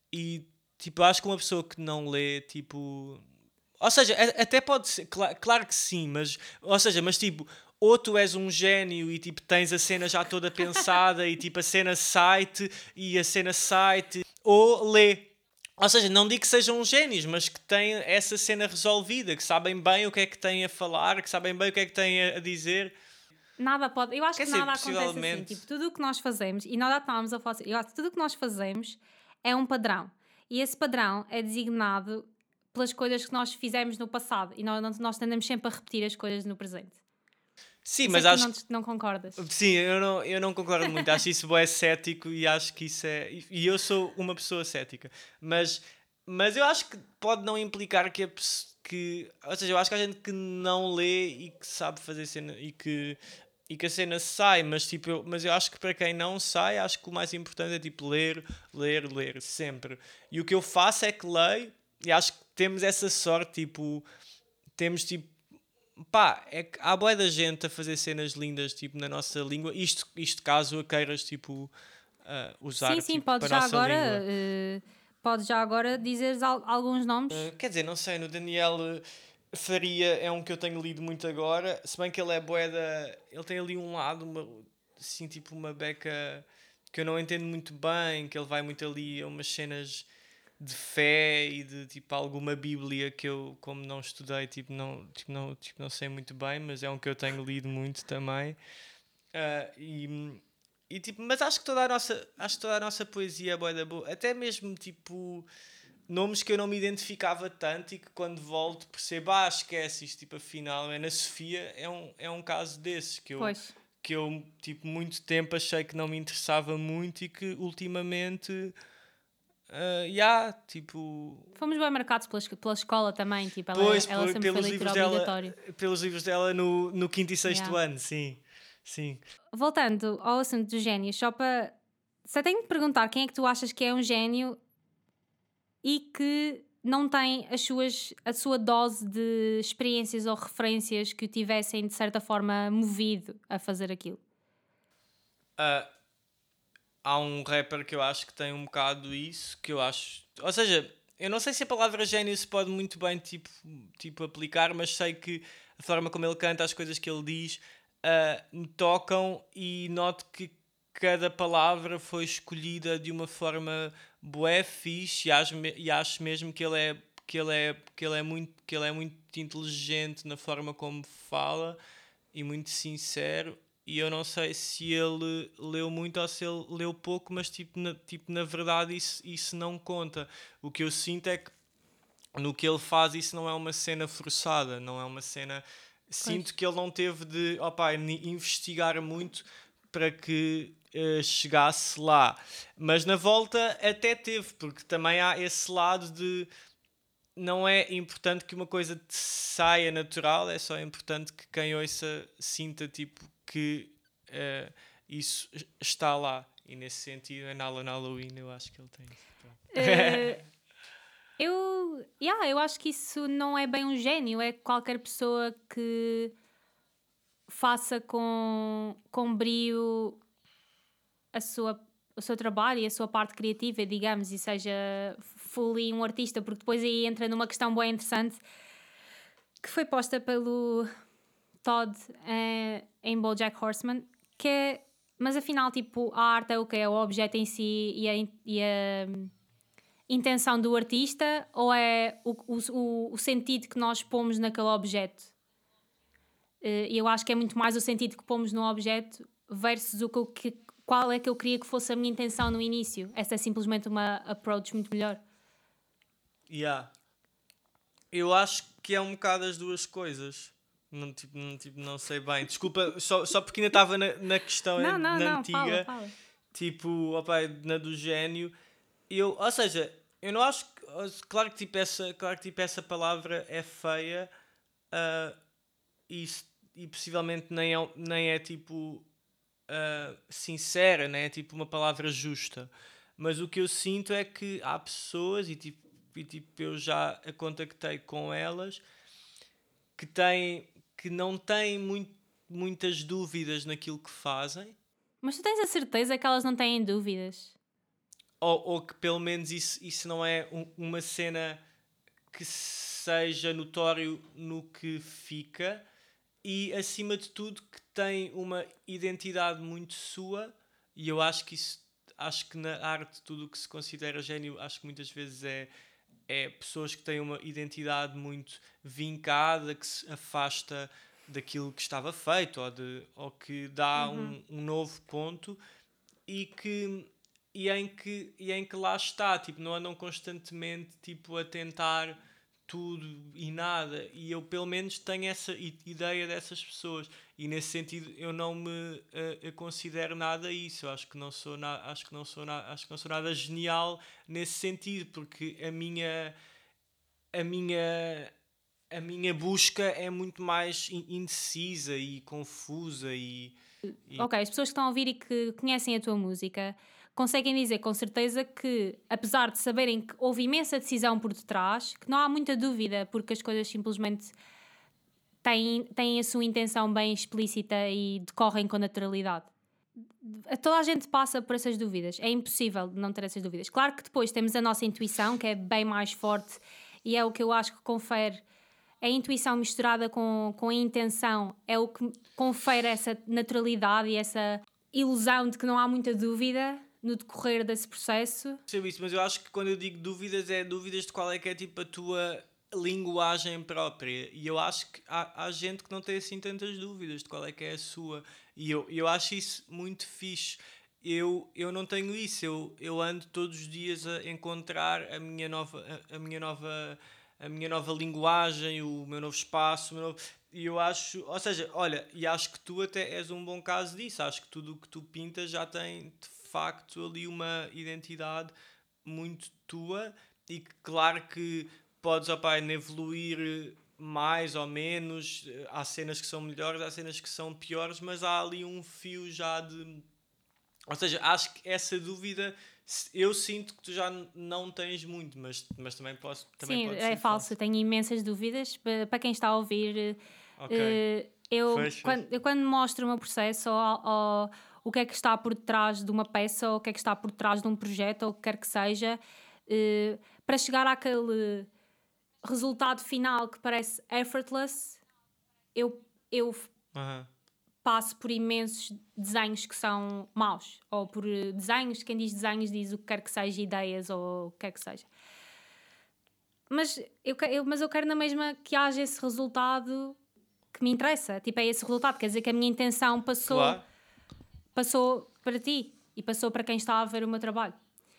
e tipo, acho que uma pessoa que não lê, tipo. Ou seja, até pode ser, claro, claro que sim, mas, ou seja, mas tipo, ou tu és um gênio e tipo tens a cena já toda pensada e tipo a cena sai-te e a cena sai-te, ou lê. Ou seja, não digo que sejam gênios, mas que têm essa cena resolvida, que sabem bem o que é que têm a falar, que sabem bem o que é que têm a dizer. Nada pode, eu acho Quer que dizer, nada acontece assim, tipo, tudo o que nós fazemos, e nós já estávamos a falar assim, eu acho que tudo o que nós fazemos é um padrão, e esse padrão é designado pelas coisas que nós fizemos no passado, e nós, nós tendemos sempre a repetir as coisas no presente. Sim, eu mas sei acho que tu não, não concordas. Sim, eu não, eu não concordo muito. Acho isso bué cético e acho que isso é. E eu sou uma pessoa cética. Mas, mas eu acho que pode não implicar que a que Ou seja, eu acho que há gente que não lê e que sabe fazer cena e que, e que a cena sai, mas, tipo, eu, mas eu acho que para quem não sai, acho que o mais importante é tipo ler, ler, ler, sempre. E o que eu faço é que leio e acho que temos essa sorte, tipo, temos tipo. Pá, é que há bué da gente a fazer cenas lindas tipo, na nossa língua. Isto, isto caso a queiras tipo, uh, usar sim, sim, tipo, podes para a já nossa agora, língua. uh, podes já agora dizeres al- alguns nomes. Uh, quer dizer, não sei, no Daniel Faria é um que eu tenho lido muito agora. Se bem que ele é bué da... Ele tem ali um lado, uma, assim, tipo uma beca que eu não entendo muito bem, que ele vai muito ali a umas cenas de fé e de tipo alguma bíblia que eu, como não estudei, tipo não, tipo, não, tipo, não sei muito bem, mas é um que eu tenho lido muito também. Uh, e, e tipo, mas acho que toda a nossa, acho que toda a nossa poesia é bué da boa, até mesmo tipo nomes que eu não me identificava tanto e que quando volto percebo, ah, esquece isto, tipo, afinal, é na Sofia, é um, é um caso desses que eu, pois. que eu tipo muito tempo achei que não me interessava muito e que ultimamente Uh, yeah, tipo... Fomos bem marcados pela, pela escola também, tipo, ela, Pois, ela por, sempre foi pelos leitura livros dela, obrigatória. pelos livros dela no, no quinto e sexto Yeah. ano, sim, sim. Voltando ao assunto dos génios, só para... Só tenho de perguntar quem é que tu achas que é um gênio e que não tem as suas, a sua dose de experiências ou referências que o tivessem de certa forma movido a fazer aquilo. Ah, há um rapper que eu acho que tem um bocado isso, que eu acho... Ou seja, eu não sei se a palavra gênio se pode muito bem tipo, tipo, aplicar, mas sei que a forma como ele canta, as coisas que ele diz, ah, me tocam e noto que cada palavra foi escolhida de uma forma bué fixe e acho, me- e acho mesmo que ele é que ele é que ele é muito que ele é muito inteligente na forma como fala e muito sincero. E eu não sei se ele leu muito ou se ele leu pouco, mas tipo na, tipo, na verdade isso, isso não conta. O que eu sinto é que no que ele faz isso não é uma cena forçada, não é uma cena. Pois. Sinto que ele não teve de opa, ni- investigar muito para que eh, chegasse lá. Mas na volta até teve, porque também há esse lado de não é importante que uma coisa te saia natural, é só importante que quem ouça sinta tipo que eh, isso está lá. E nesse sentido, é na Alan Halloween, eu acho que ele tem isso. Pronto. Eh, eu, yeah, eu acho que isso não é bem um gênio, é qualquer pessoa que faça com, com brio a sua, o seu trabalho e a sua parte criativa, digamos, e seja fully um artista, porque depois aí entra numa questão bem interessante que foi posta pelo Todd eh, em BoJack Horseman, que é, mas afinal, tipo, a arte é o que é o objeto em si e a, in- e a hum, intenção do artista, ou é o, o, o, o sentido que nós pomos naquele objeto? Eh, E eu acho que é muito mais o sentido que pomos no objeto versus o que, eu que- qual é que eu queria que fosse a minha intenção no início. Essa é simplesmente uma approach muito melhor. Yeah. Eu acho que é um bocado as duas coisas. Não, tipo, não, tipo, não sei bem. Desculpa, só, só porque ainda estava na, na questão Não, não, na não, fala, antiga, fala. tipo, opa, na do gênio. Eu, ou seja, eu não acho que. Claro que tipo essa, claro que, tipo, essa palavra é feia ah, e, se- e possivelmente nem é, nem é tipo ah, sincera, né? É tipo uma palavra justa. Mas o que eu sinto é que há pessoas, e tipo, e, tipo eu já a contactei com elas, que, têm, que não têm muito, muitas dúvidas naquilo que fazem, Mas tu tens a certeza que elas não têm dúvidas? ou, ou que pelo menos isso, isso não é um- uma cena que seja notório no que fica, e acima de tudo que tem uma identidade muito sua. E eu acho que isso, acho que na arte tudo o que se considera gênio, acho que muitas vezes é é pessoas que têm uma identidade muito vincada, que se afasta daquilo que estava feito, ou, de, ou que dá Uhum. um, um novo ponto, e que e em que e em que lá está, tipo, não andam constantemente tipo a tentar tudo e nada. E eu pelo menos tenho essa i- ideia dessas pessoas, e nesse sentido eu não me eh, eu considero nada isso. Eu acho que não sou na, acho que não sou na, acho que não sou nada genial nesse sentido, porque a minha a minha a minha busca é muito mais in- indecisa e confusa e, e Ok, as pessoas que estão a ouvir e que conhecem a tua música conseguem dizer com certeza que, apesar de saberem que houve imensa decisão por detrás, que não há muita dúvida porque as coisas simplesmente têm, têm a sua intenção bem explícita e decorrem com naturalidade. Toda a gente passa por essas dúvidas, é impossível não ter essas dúvidas. Claro que depois temos a nossa intuição, que é bem mais forte e é o que eu acho que confere. A intuição misturada com, com a intenção é o que confere essa naturalidade e essa ilusão de que não há muita dúvida no decorrer desse processo. percebo isso, mas eu acho que quando eu digo dúvidas, é dúvidas de qual é que é tipo a tua linguagem própria. E eu acho que há, há gente que não tem assim tantas dúvidas de qual é que é a sua. E eu, eu acho isso muito fixe. Eu, eu não tenho isso. Eu, eu ando todos os dias a encontrar a minha nova, a, a minha nova, a minha nova linguagem, o meu novo espaço, o meu novo... E eu acho, ou seja, olha, e acho que tu até és um bom caso disso. Acho que tudo o que tu pintas já tem de facto ali uma identidade muito tua, e que claro que podes, opá, evoluir mais ou menos. Há cenas que são melhores, há cenas que são piores, mas há ali um fio já de Ou seja, acho que essa dúvida eu sinto que tu já não tens muito, mas, mas também, posso, também Sim, pode é ser falso. falso. Tenho imensas dúvidas. Para quem está a ouvir, Ok. uh, eu, Fez, fez. quando, eu quando mostro o meu processo ou, ou o que é que está por detrás de uma peça ou o que é que está por detrás de um projeto ou o que quer que seja, uh, para chegar àquele resultado final que parece effortless, eu, eu Uhum. passo por imensos desenhos que são maus. Ou por uh, desenhos, quem diz desenhos diz o que quer que seja, ideias ou o que quer que seja. Mas eu, eu, mas eu quero na mesma que haja esse resultado que me interessa. Tipo, é esse resultado. Quer dizer que a minha intenção passou, Claro. passou para ti e passou para quem está a ver o meu trabalho.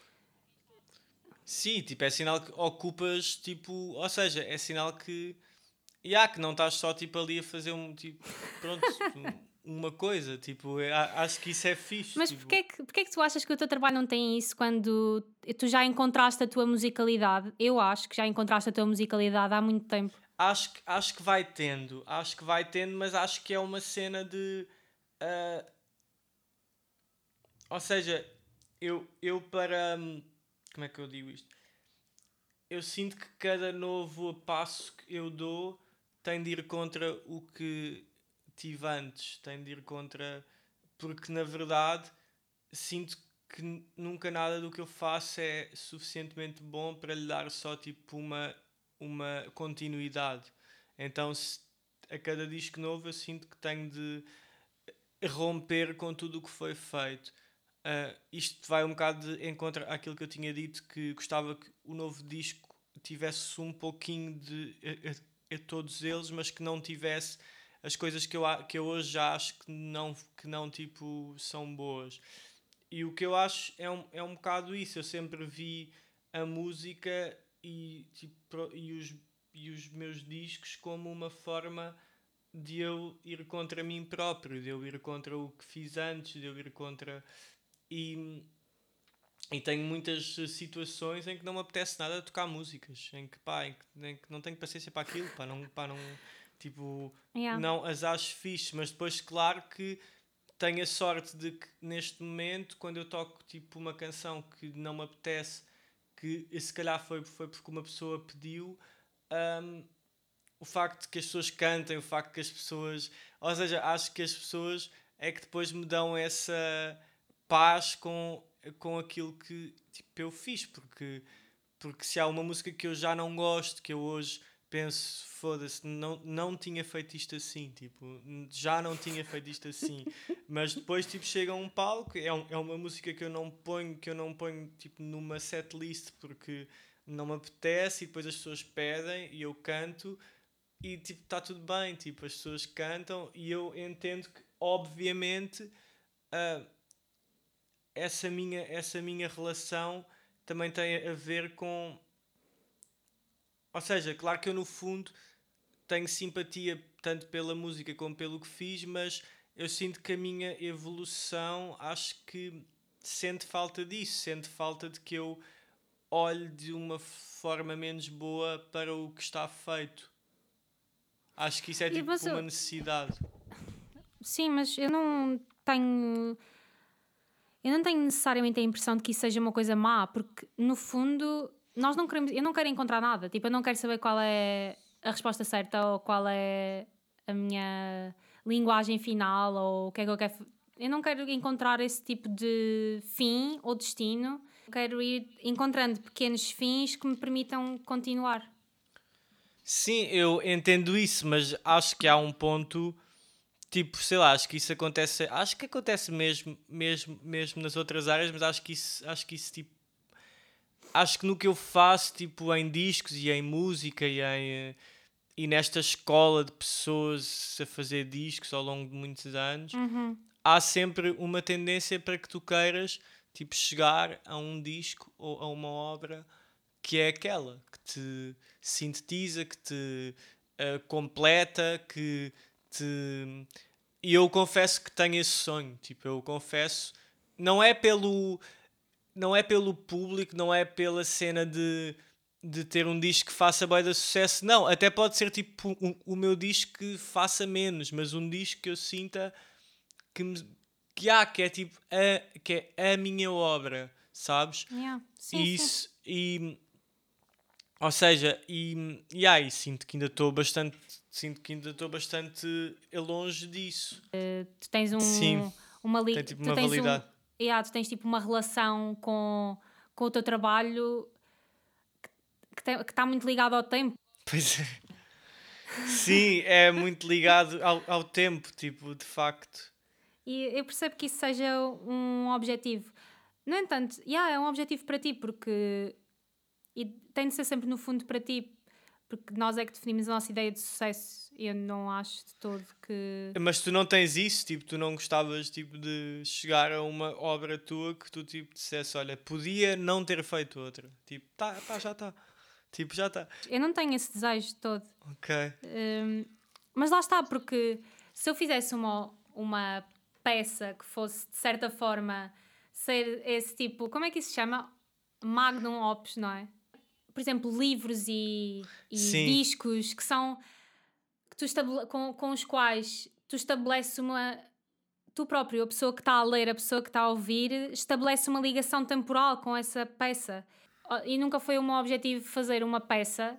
Sim, tipo, é sinal que ocupas, tipo, ou seja, é sinal que, yeah, que não estás só, tipo, ali a fazer um, tipo, pronto, um- uma coisa, tipo, é- a- acho que isso é fixe, Mas porquê tipo, é que, porquê é que tu achas que o teu trabalho não tem isso quando tu já encontraste a tua musicalidade? Eu acho que já encontraste a tua musicalidade há muito tempo. acho, que- acho que vai tendo, acho que vai tendo, mas acho que é uma cena de, ah, ou seja, eu, eu para, hum, como é que eu digo isto? Eu sinto que cada novo passo que eu dou tem de ir contra o que tive antes, tem de ir contra. Porque na verdade sinto que n- nunca nada do que eu faço é suficientemente bom para lhe dar só tipo uma, uma continuidade. Então se, a cada disco novo eu sinto que tenho de romper com tudo o que foi feito. Uh, isto vai um bocado de encontro àquilo que eu tinha dito, que gostava que o novo disco tivesse um pouquinho de a, a, a todos eles, mas que não tivesse as coisas que eu, que eu hoje já acho que não, que não tipo, são boas. E o que eu acho é um, é um bocado isso. Eu sempre vi a música e, tipo, e, os, e os meus discos como uma forma de eu ir contra mim próprio, de eu ir contra o que fiz antes, de eu ir contra. E, e tenho muitas situações em que não me apetece nada tocar músicas, em que, pá, em que, em que não tenho paciência para aquilo, pá, não, pá, não, tipo, Yeah. não as acho fixe, mas depois, claro que tenho a sorte de que neste momento, quando eu toco tipo uma canção que não me apetece, que se calhar foi, foi porque uma pessoa pediu, um, o facto de que as pessoas cantem, o facto de que as pessoas. Ou seja, acho que as pessoas é que depois me dão essa paz com, com aquilo que tipo, eu fiz, porque, porque se há uma música que eu já não gosto, que eu hoje penso, foda-se, não, não tinha feito isto assim, tipo, já não tinha feito isto assim, mas depois tipo, chega a um palco, é, um, é uma música que eu não ponho, que eu não ponho tipo, numa setlist porque não me apetece e depois as pessoas pedem e eu canto e tipo está tudo bem, tipo as pessoas cantam e eu entendo que obviamente uh, essa minha essa minha relação também tem a ver com, ou seja, claro que eu no fundo tenho simpatia tanto pela música como pelo que fiz, mas eu sinto que a minha evolução acho que sente falta disso, sente falta de que eu olhe de uma forma menos boa para o que está feito. Acho que isso é E, mas tipo uma eu, necessidade. sim, mas eu não tenho. Eu não tenho necessariamente a impressão de que isso seja uma coisa má, porque no fundo nós não queremos. Eu não quero encontrar nada. Tipo, eu não quero saber qual é a resposta certa ou qual é a minha linguagem final ou o que é que eu quero. Eu não quero encontrar esse tipo de fim ou destino. Eu quero ir encontrando pequenos fins que me permitam continuar. Sim, eu entendo isso, mas acho que há um ponto, tipo, sei lá, acho que isso acontece, acho que acontece mesmo, mesmo, mesmo nas outras áreas, mas acho que isso, acho que isso, tipo, acho que no que eu faço, tipo, em discos e em música e em, eh, e nesta escola de pessoas a fazer discos ao longo de muitos anos, Uhum. há sempre uma tendência para que tu queiras, tipo, chegar a um disco ou a uma obra que é aquela que te sintetiza, que te uh, completa, que te. E eu confesso que tenho esse sonho. Tipo, eu confesso. Não é pelo. Não é pelo público, não é pela cena de, de ter um disco que faça bem de sucesso. Não, até pode ser tipo um, o meu disco que faça menos, mas um disco que eu sinta que me, que há, que é tipo, a, que é a minha obra, sabes? Yeah. Sim, E sim. isso, e, ou seja, e, e aí sinto que ainda estou bastante, sinto que ainda estou bastante longe disso. Tu tens Sim, um, uma li... tem tipo tu uma tens um, validade. yeah, tu tens tipo uma relação com, com o teu trabalho que está muito ligado ao tempo. Pois é. Sim, é muito ligado ao, ao tempo, tipo, de facto. E eu percebo que isso seja um objetivo. No entanto, yeah, é um objetivo para ti, porque e tem de ser sempre no fundo para ti, porque nós é que definimos a nossa ideia de sucesso e eu não acho de todo que... Mas tu não tens isso, tipo, tu não gostavas tipo, de chegar a uma obra tua que tu tipo, dissesse, olha, podia não ter feito outra. Tipo, tá, pá, já está. Tipo, já está. Eu não tenho esse desejo de todo. Ok. Um, mas lá está, porque se eu fizesse uma, uma peça que fosse, de certa forma, ser esse tipo... Como é que isso se chama? Magnum opus, não é? Por exemplo, livros e, e Sim. discos que são... Que tu estabele- com, com os quais tu estabeleces uma... Tu próprio, a pessoa que está a ler, a pessoa que está a ouvir, estabelece uma ligação temporal com essa peça. E nunca foi o meu objetivo fazer uma peça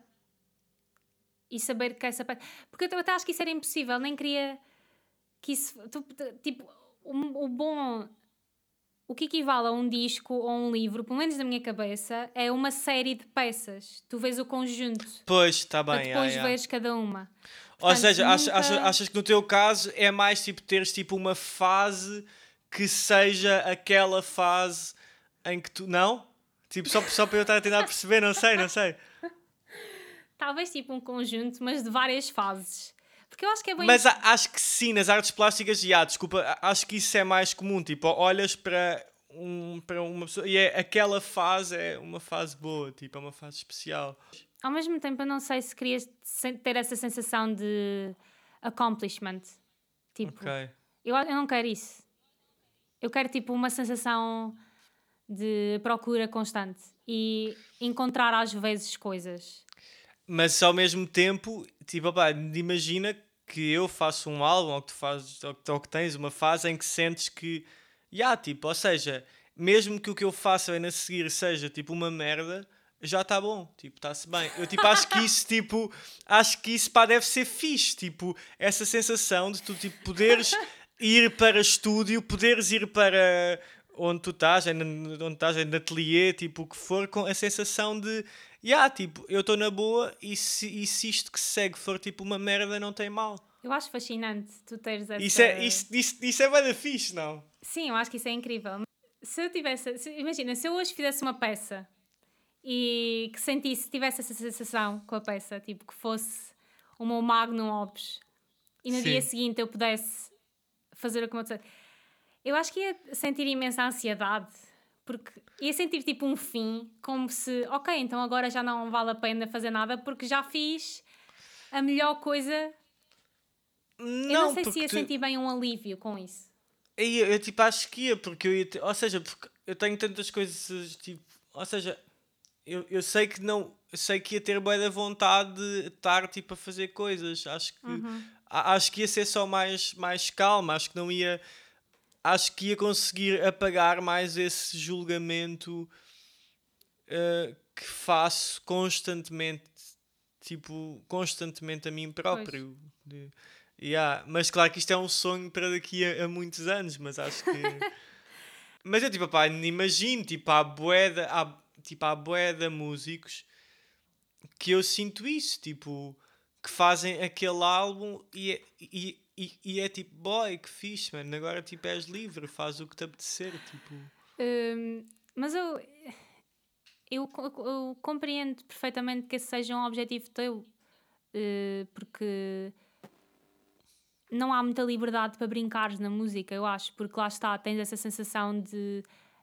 e saber que essa peça... Porque eu até acho que isso era impossível, nem queria que isso... Tu, tipo, o, o bom... O que equivale a um disco ou um livro, pelo menos na minha cabeça, é uma série de peças. Tu vês o conjunto Pois, está para bem, depois yeah, yeah. veres cada uma. Ou Portanto, seja, achas, nunca... achas, achas que no teu caso é mais tipo teres tipo uma fase que seja aquela fase em que tu. Não? Tipo, só, só para eu estar a tentar perceber, não sei, não sei. Talvez tipo um conjunto, mas de várias fases. Porque eu acho que é bem... Mas a- acho que sim, nas artes plásticas, já, desculpa, a- acho que isso é mais comum. Tipo, olhas para, um, para uma pessoa e é, aquela fase é uma fase boa, tipo, é uma fase especial. Ao mesmo tempo, eu não sei se querias sen- ter essa sensação de accomplishment. Tipo, Ok. eu, eu não quero isso. Eu quero tipo uma sensação de procura constante e encontrar às vezes coisas. Mas ao mesmo tempo, tipo, opá, imagina que eu faço um álbum ou que tu fazes, ou, que- ou que tens uma fase em que sentes que, já, tipo, ou seja, mesmo que o que eu faça aí a seguir seja tipo uma merda, já está bom, tipo, está-se bem. Eu tipo, acho que isso, tipo, acho que isso, pá, deve ser fixe, tipo, essa sensação de tu, tipo, poderes ir para estúdio, poderes ir para onde tu estás, é na- onde estás, é no ateliê, tipo, o que for, com a sensação de, yeah, tipo, eu estou na boa e se, e se isto que segue for tipo uma merda, não tem mal. Eu acho fascinante tu teres essa... Isso é, isso, isso, isso é bué da fixe, não? Sim, eu acho que isso é incrível. Se eu tivesse... se- imagina, se eu hoje fizesse uma peça e que sentisse, tivesse essa sensação com a peça, tipo, que fosse o meu magnum opus e no dia Sim. seguinte eu pudesse fazer o que eu disse, eu acho que ia sentir imensa ansiedade, porque ia sentir tipo um fim, como se, ok, então agora já não vale a pena fazer nada porque já fiz a melhor coisa. Eu não Não, sei se porque ia tu... sentir bem um alívio com isso. Aí, eu, eu, tipo, acho que ia, porque eu ia... te- Ou seja, porque eu tenho tantas coisas, tipo... Ou seja, eu, eu sei que não... Eu sei que ia ter bué da vontade de estar, tipo, a fazer coisas. Acho que... a- Acho que ia ser só mais, mais calma. Acho que não ia... Acho que ia conseguir apagar mais esse julgamento uh, que faço constantemente, tipo, constantemente a mim Pois. próprio. De, yeah. Mas claro que isto é um sonho para daqui a, a muitos anos, mas acho que... mas eu, tipo, pá, imagino, tipo, há bué há, tipo, há bué de músicos que eu sinto isso, tipo, que fazem aquele álbum e é, e, e, e é tipo, boy, que fixe, mano, agora, tipo, és livre, faz o que te apetecer, tipo... Hum, mas eu, eu, eu compreendo perfeitamente que esse seja um objetivo teu, eh, porque não há muita liberdade para brincares na música, eu acho, porque lá está, tens essa sensação de,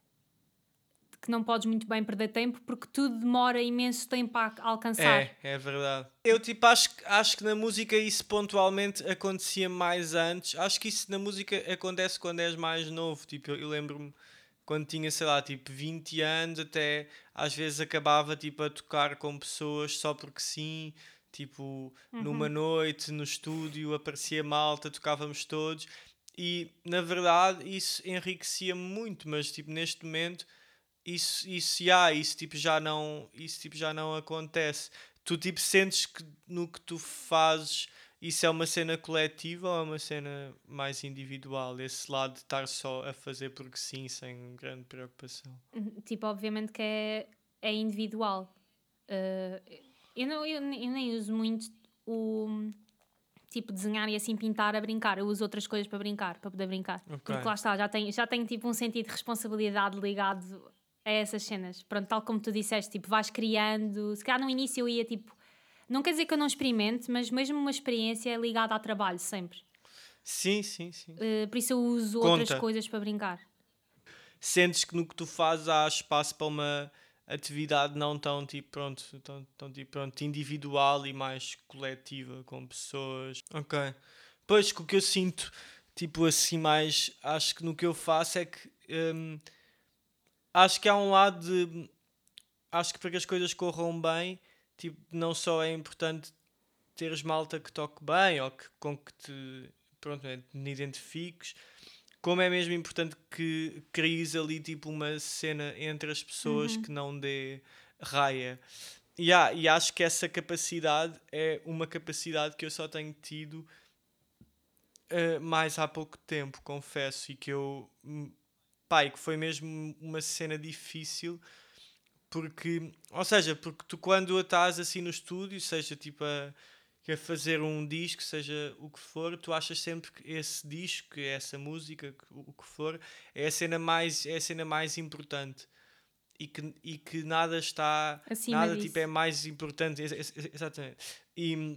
de que não podes muito bem perder tempo porque tudo demora imenso tempo a alcançar. É, é verdade. Eu tipo acho, que- acho que na música isso pontualmente acontecia mais antes. Acho que isso na música acontece quando és mais novo. Tipo, eu, eu lembro-me quando tinha, sei lá, tipo vinte anos, até às vezes acabava tipo a tocar com pessoas só porque sim. Tipo, numa noite, no estúdio, aparecia malta, tocávamos todos. E, na verdade, isso enriquecia muito, mas, tipo, neste momento, isso, isso, já, isso, tipo, já não, isso tipo, já não acontece. Tu, tipo, sentes que no que tu fazes isso é uma cena coletiva ou é uma cena mais individual? Esse lado de estar só a fazer porque sim, sem grande preocupação. Tipo, obviamente que é, é individual. Uh, eu, não, eu, eu nem uso muito o tipo desenhar e assim pintar a brincar. Eu uso outras coisas para brincar, para poder brincar. Ok. Porque lá está, já tenho, já tenho tipo um sentido de responsabilidade ligado a essas cenas. Pronto, tal como tu disseste, tipo, vais criando. Se calhar no início eu ia tipo. Não quer dizer que eu não experimente, mas mesmo uma experiência ligada a trabalho, sempre. Sim, sim, sim. Uh, por isso eu uso outras Conta. coisas para brincar. Sentes que no que tu fazes há espaço para uma atividade não tão tipo, pronto, tão, tão tipo, pronto, individual e mais coletiva com pessoas. Ok. Pois que o que eu sinto, tipo assim, mais acho que no que eu faço é que hum, acho que há um lado de acho que para que as coisas corram bem, tipo, não só é importante teres malta que toque bem ou que, com que te, pronto, né, te identifiques, como é mesmo importante que cries ali tipo uma cena entre as pessoas Uhum. que não dê raia. E, há- e acho que essa capacidade é uma capacidade que eu só tenho tido eh, mais há pouco tempo, confesso, e que eu, hum, pai, que foi mesmo uma cena difícil, porque, ou seja, porque tu quando estás assim no estúdio, seja tipo a, a fazer um disco, seja o que for, tu achas sempre que esse disco, essa música, o que for, é a cena mais, é a cena mais importante. E que, e que nada está, Acima nada tipo é disso. mais importante, ex- ex- exatamente. E,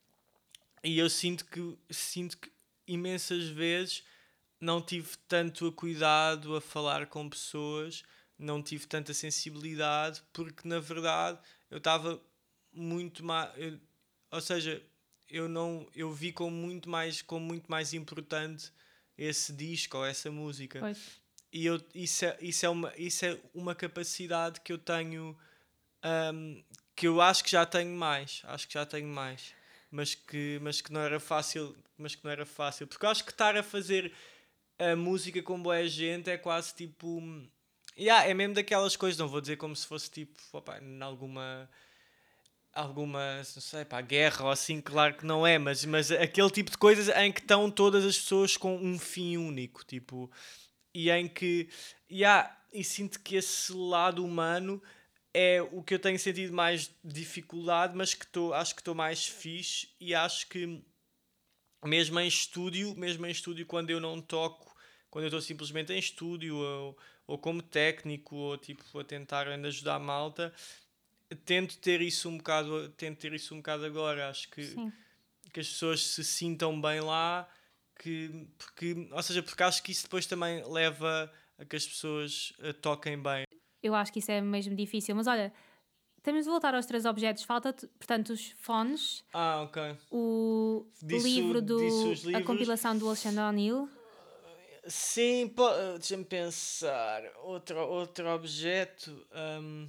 e eu sinto que, sinto que imensas vezes não tive tanto cuidado a falar com pessoas, não tive tanta sensibilidade, porque na verdade eu estava muito mais. Ou seja, eu não eu vi como muito mais, como muito mais importante esse disco ou essa música. Pois. E eu, isso, é, isso, é uma, isso é uma capacidade que eu tenho, hum, que eu acho que já tenho mais. Acho que já tenho mais. Mas que, mas que não era fácil. Mas que não era fácil. Porque eu acho que estar a fazer a música com boa gente é quase tipo. Yeah, é mesmo daquelas coisas, não vou dizer como se fosse tipo, opa, em alguma alguma, não sei, pá, guerra ou assim, claro que não é, mas, mas aquele tipo de coisas em que estão todas as pessoas com um fim único, tipo, e em que, yeah, e sinto que esse lado humano é o que eu tenho sentido mais dificuldade, mas que tô, acho que estou mais fixe e acho que mesmo em estúdio, mesmo em estúdio quando eu não toco, quando eu estou simplesmente em estúdio ou, ou como técnico ou tipo a tentar ainda ajudar a malta, tento ter isso um bocado, tento ter isso um bocado agora. Acho que, Sim. que as pessoas se sintam bem lá, que, porque, ou seja, porque acho que isso depois também leva a que as pessoas uh, toquem bem. Eu acho que isso é mesmo difícil. Mas olha, temos de voltar aos três objetos. Falta, portanto, os fones, Ah, ok. o Disso, livro disso do... os a livros. compilação do Alexandre O'Neill. Sim, po- uh, deixa-me pensar. Outro, outro objeto. Um,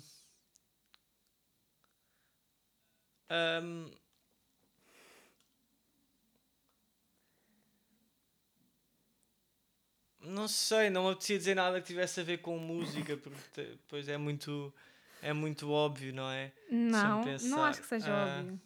um, não sei, não me apetecia dizer nada que tivesse a ver com música, porque te- depois é muito, é muito óbvio, não é? Deixa-me Não, não pensar. acho que seja Ah, óbvio.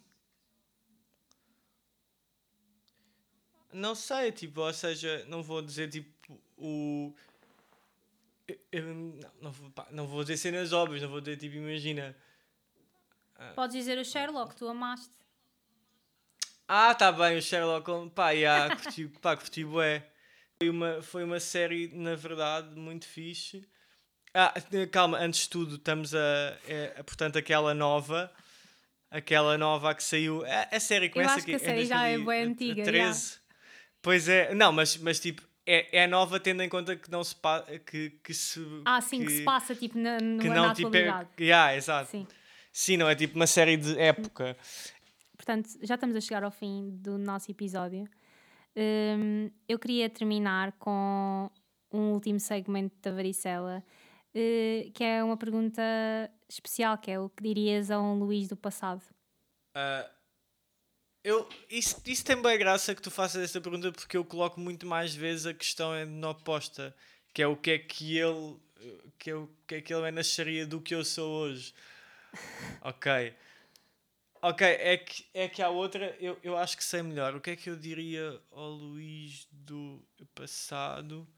não sei, tipo, ou seja, não vou dizer tipo o. eu- eu- não, não, vou, pá, não vou dizer cenas óbvias, não vou dizer tipo, imagina. Ah, Podes dizer o Sherlock, tu amaste. ah, tá bem, o Sherlock Holmes, pá, yeah, curti, pá, curti bué. Foi uma, foi uma série, na verdade, muito fixe. Ah, calma, antes de tudo, estamos a, é, a- portanto, aquela nova, aquela nova que saiu. A, a série Eu começa acho que aqui a em série já é bem antiga, já. dois mil e treze. Pois é, não, mas, mas tipo, é, é nova tendo em conta que não se pa, que, que se Ah, sim, que se que, passa tipo na, que no- na não tipo é, atualidade. yeah, exato. Sim. Sim, não é tipo uma série de época. Portanto, já estamos a chegar ao fim do nosso episódio. Hum, eu queria terminar com um último segmento da varicela, eh, que é uma pergunta especial, que é o que dirias a um Luís do passado? Ah, Eu, isso, isso tem bem graça que tu faças essa pergunta, porque eu coloco muito mais vezes a questão é na oposta, que é o que é que ele que é o que é que ele é na xaria do que eu sou hoje. Ok. Ok, é que, é que há outra, eu, eu acho que sei melhor. O que é que eu diria ao Luís do passado?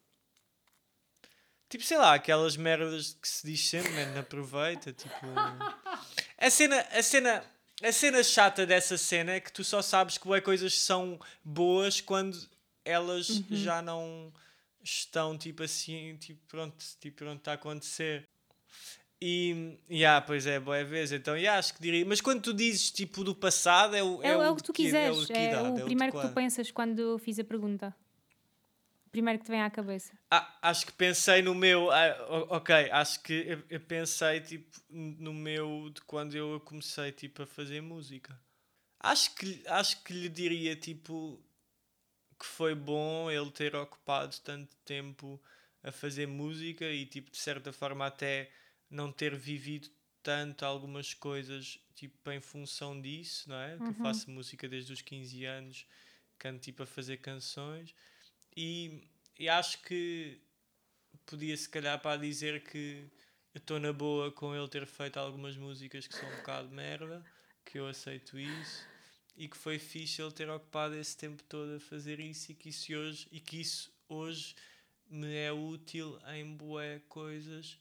Tipo, sei lá, aquelas merdas que se diz sempre, man, aproveita, tipo... A cena, a cena, a cena chata dessa cena é que tu só sabes que bué coisas são boas quando elas Uhum. já não estão, tipo assim, tipo, pronto, tipo, pronto, está a acontecer. E, yeah, pois é, boa vez, então, yeah, acho que diria. Mas quando tu dizes, tipo, do passado, é o, É, é o- é o o de que tu que, é o quiseres, de que é idade? o É o de primeiro que tu quando? pensas quando eu fiz a pergunta. O primeiro que te vem à cabeça. Ah, acho que pensei no meu. Ah, o- ok, acho que eu, eu pensei tipo no meu de quando eu comecei tipo a fazer música. Acho que acho que lhe diria tipo que foi bom ele ter ocupado tanto tempo a fazer música e tipo de certa forma até não ter vivido tanto algumas coisas tipo em função disso, não é? Que eu Uhum. faço música desde os quinze anos, canto tipo a fazer canções e, e acho que podia se calhar para dizer que eu estou na boa com ele ter feito algumas músicas que são um bocado de merda, que eu aceito isso e que foi fixe ele ter ocupado esse tempo todo a fazer isso e que isso hoje, e que isso hoje me é útil em bué coisas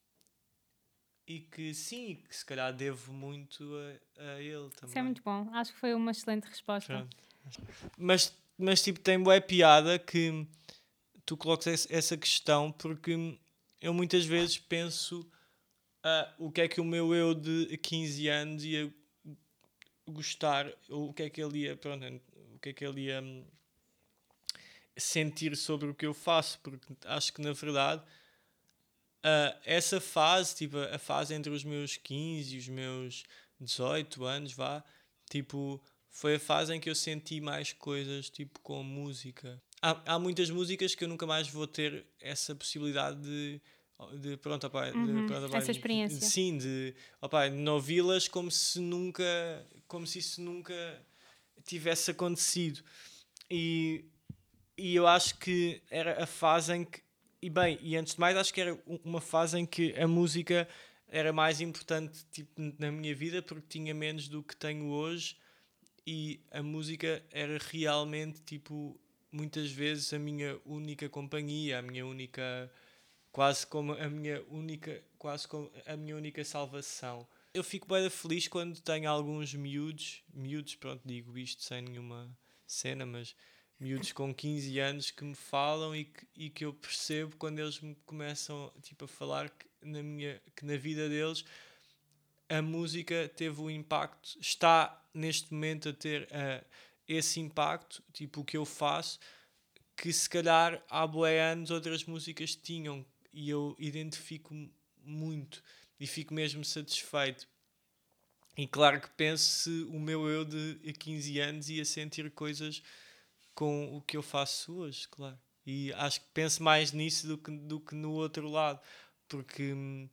e que sim, que se calhar devo muito a, a ele Isso é também. muito bom. Acho que foi uma excelente resposta. Pronto. Mas, mas tipo, tem bué piada que tu colocas essa questão porque eu muitas vezes penso ah, o que é que o meu eu de quinze anos ia gostar, ou o que é que ele ia, pronto, o que é que ele ia hum, sentir sobre o que eu faço, porque acho que na verdade ah, essa fase, tipo, a fase entre os meus quinze e os meus dezoito anos, vá, tipo, foi a fase em que eu senti mais coisas, tipo, com música. Há, há muitas músicas que eu nunca mais vou ter essa possibilidade de, de pronto, opá, de, Uhum. pronto, opá, Essa de, de, experiência. sim, de, opá, de não ouvi-las como se nunca, como se isso nunca tivesse acontecido. E e eu acho que era a fase em que. E bem, e antes de mais, acho que era uma fase em que a música era mais importante tipo, na minha vida porque tinha menos do que tenho hoje e a música era realmente, tipo, muitas vezes a minha única companhia, a minha única. Quase como a minha única. Quase como a minha única salvação. Eu fico bem feliz quando tenho alguns miúdos, miúdos, pronto, digo isto sem nenhuma cena, mas miúdos com quinze anos que me falam e que, e que eu percebo quando eles me começam tipo, a falar que na, minha, que na vida deles a música teve um impacto, está neste momento a ter uh, esse impacto, tipo o que eu faço, que se calhar há bué anos outras músicas tinham e eu identifico muito e fico mesmo satisfeito. E claro que penso se o meu eu de quinze anos ia sentir coisas com o que eu faço hoje, claro. E acho que penso mais nisso do que, do que no outro lado, porque,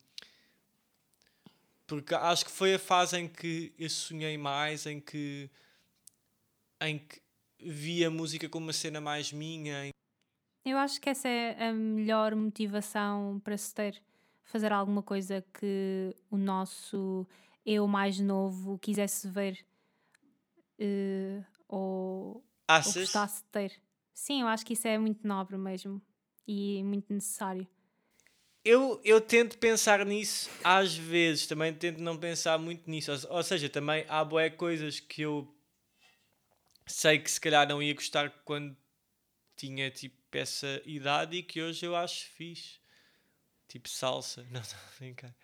porque acho que foi a fase em que eu sonhei mais, em que, em que vi a música como uma cena mais minha. Eu acho que essa é a melhor motivação para se ter. Fazer alguma coisa que o nosso eu mais novo quisesse ver eh, ou, ou Achas? gostasse de ter. Sim, eu acho que isso é muito nobre mesmo e muito necessário. Eu, eu tento pensar nisso às vezes, também tento não pensar muito nisso. Ou, ou seja, também há bué coisas que eu sei que se calhar não ia gostar quando tinha tipo essa idade e que hoje eu acho fixe. Tipo salsa. Não, estou a brincar.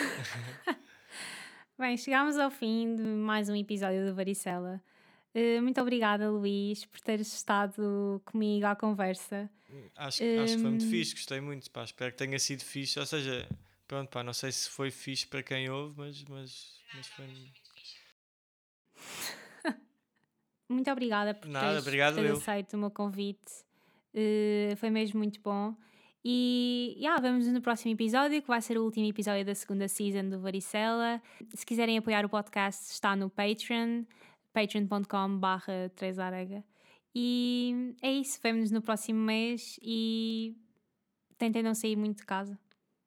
Bem, chegámos ao fim de mais um episódio do Varicela. Eh, muito obrigada, Luís, por teres estado comigo à conversa. Acho, acho que foi muito Hum, fixe, gostei muito. Pá, espero que tenha sido fixe. Ou seja, pronto, pá, não sei se foi fixe para quem ouve, mas, mas, mas foi. Muito obrigada por Nada, teres, por obrigado teres eu. aceito o meu convite. Eh, foi mesmo muito bom. E yeah, vemos no próximo episódio, que vai ser o último episódio da segunda season do Varicela. Se quiserem apoiar o podcast, está no Patreon. patreon ponto com barra três arega. E é isso, vemo-nos no próximo mês e tentem não sair muito de casa.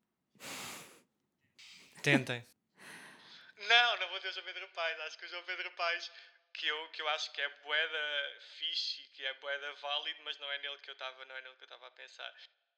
Tentem. Não, não vou ter o João Pedro Paes. Acho que o João Pedro Paes, que eu, que eu acho que é bué da fixe e que é bué da válido, mas não é nele que eu estava, não é nele que eu estava a pensar.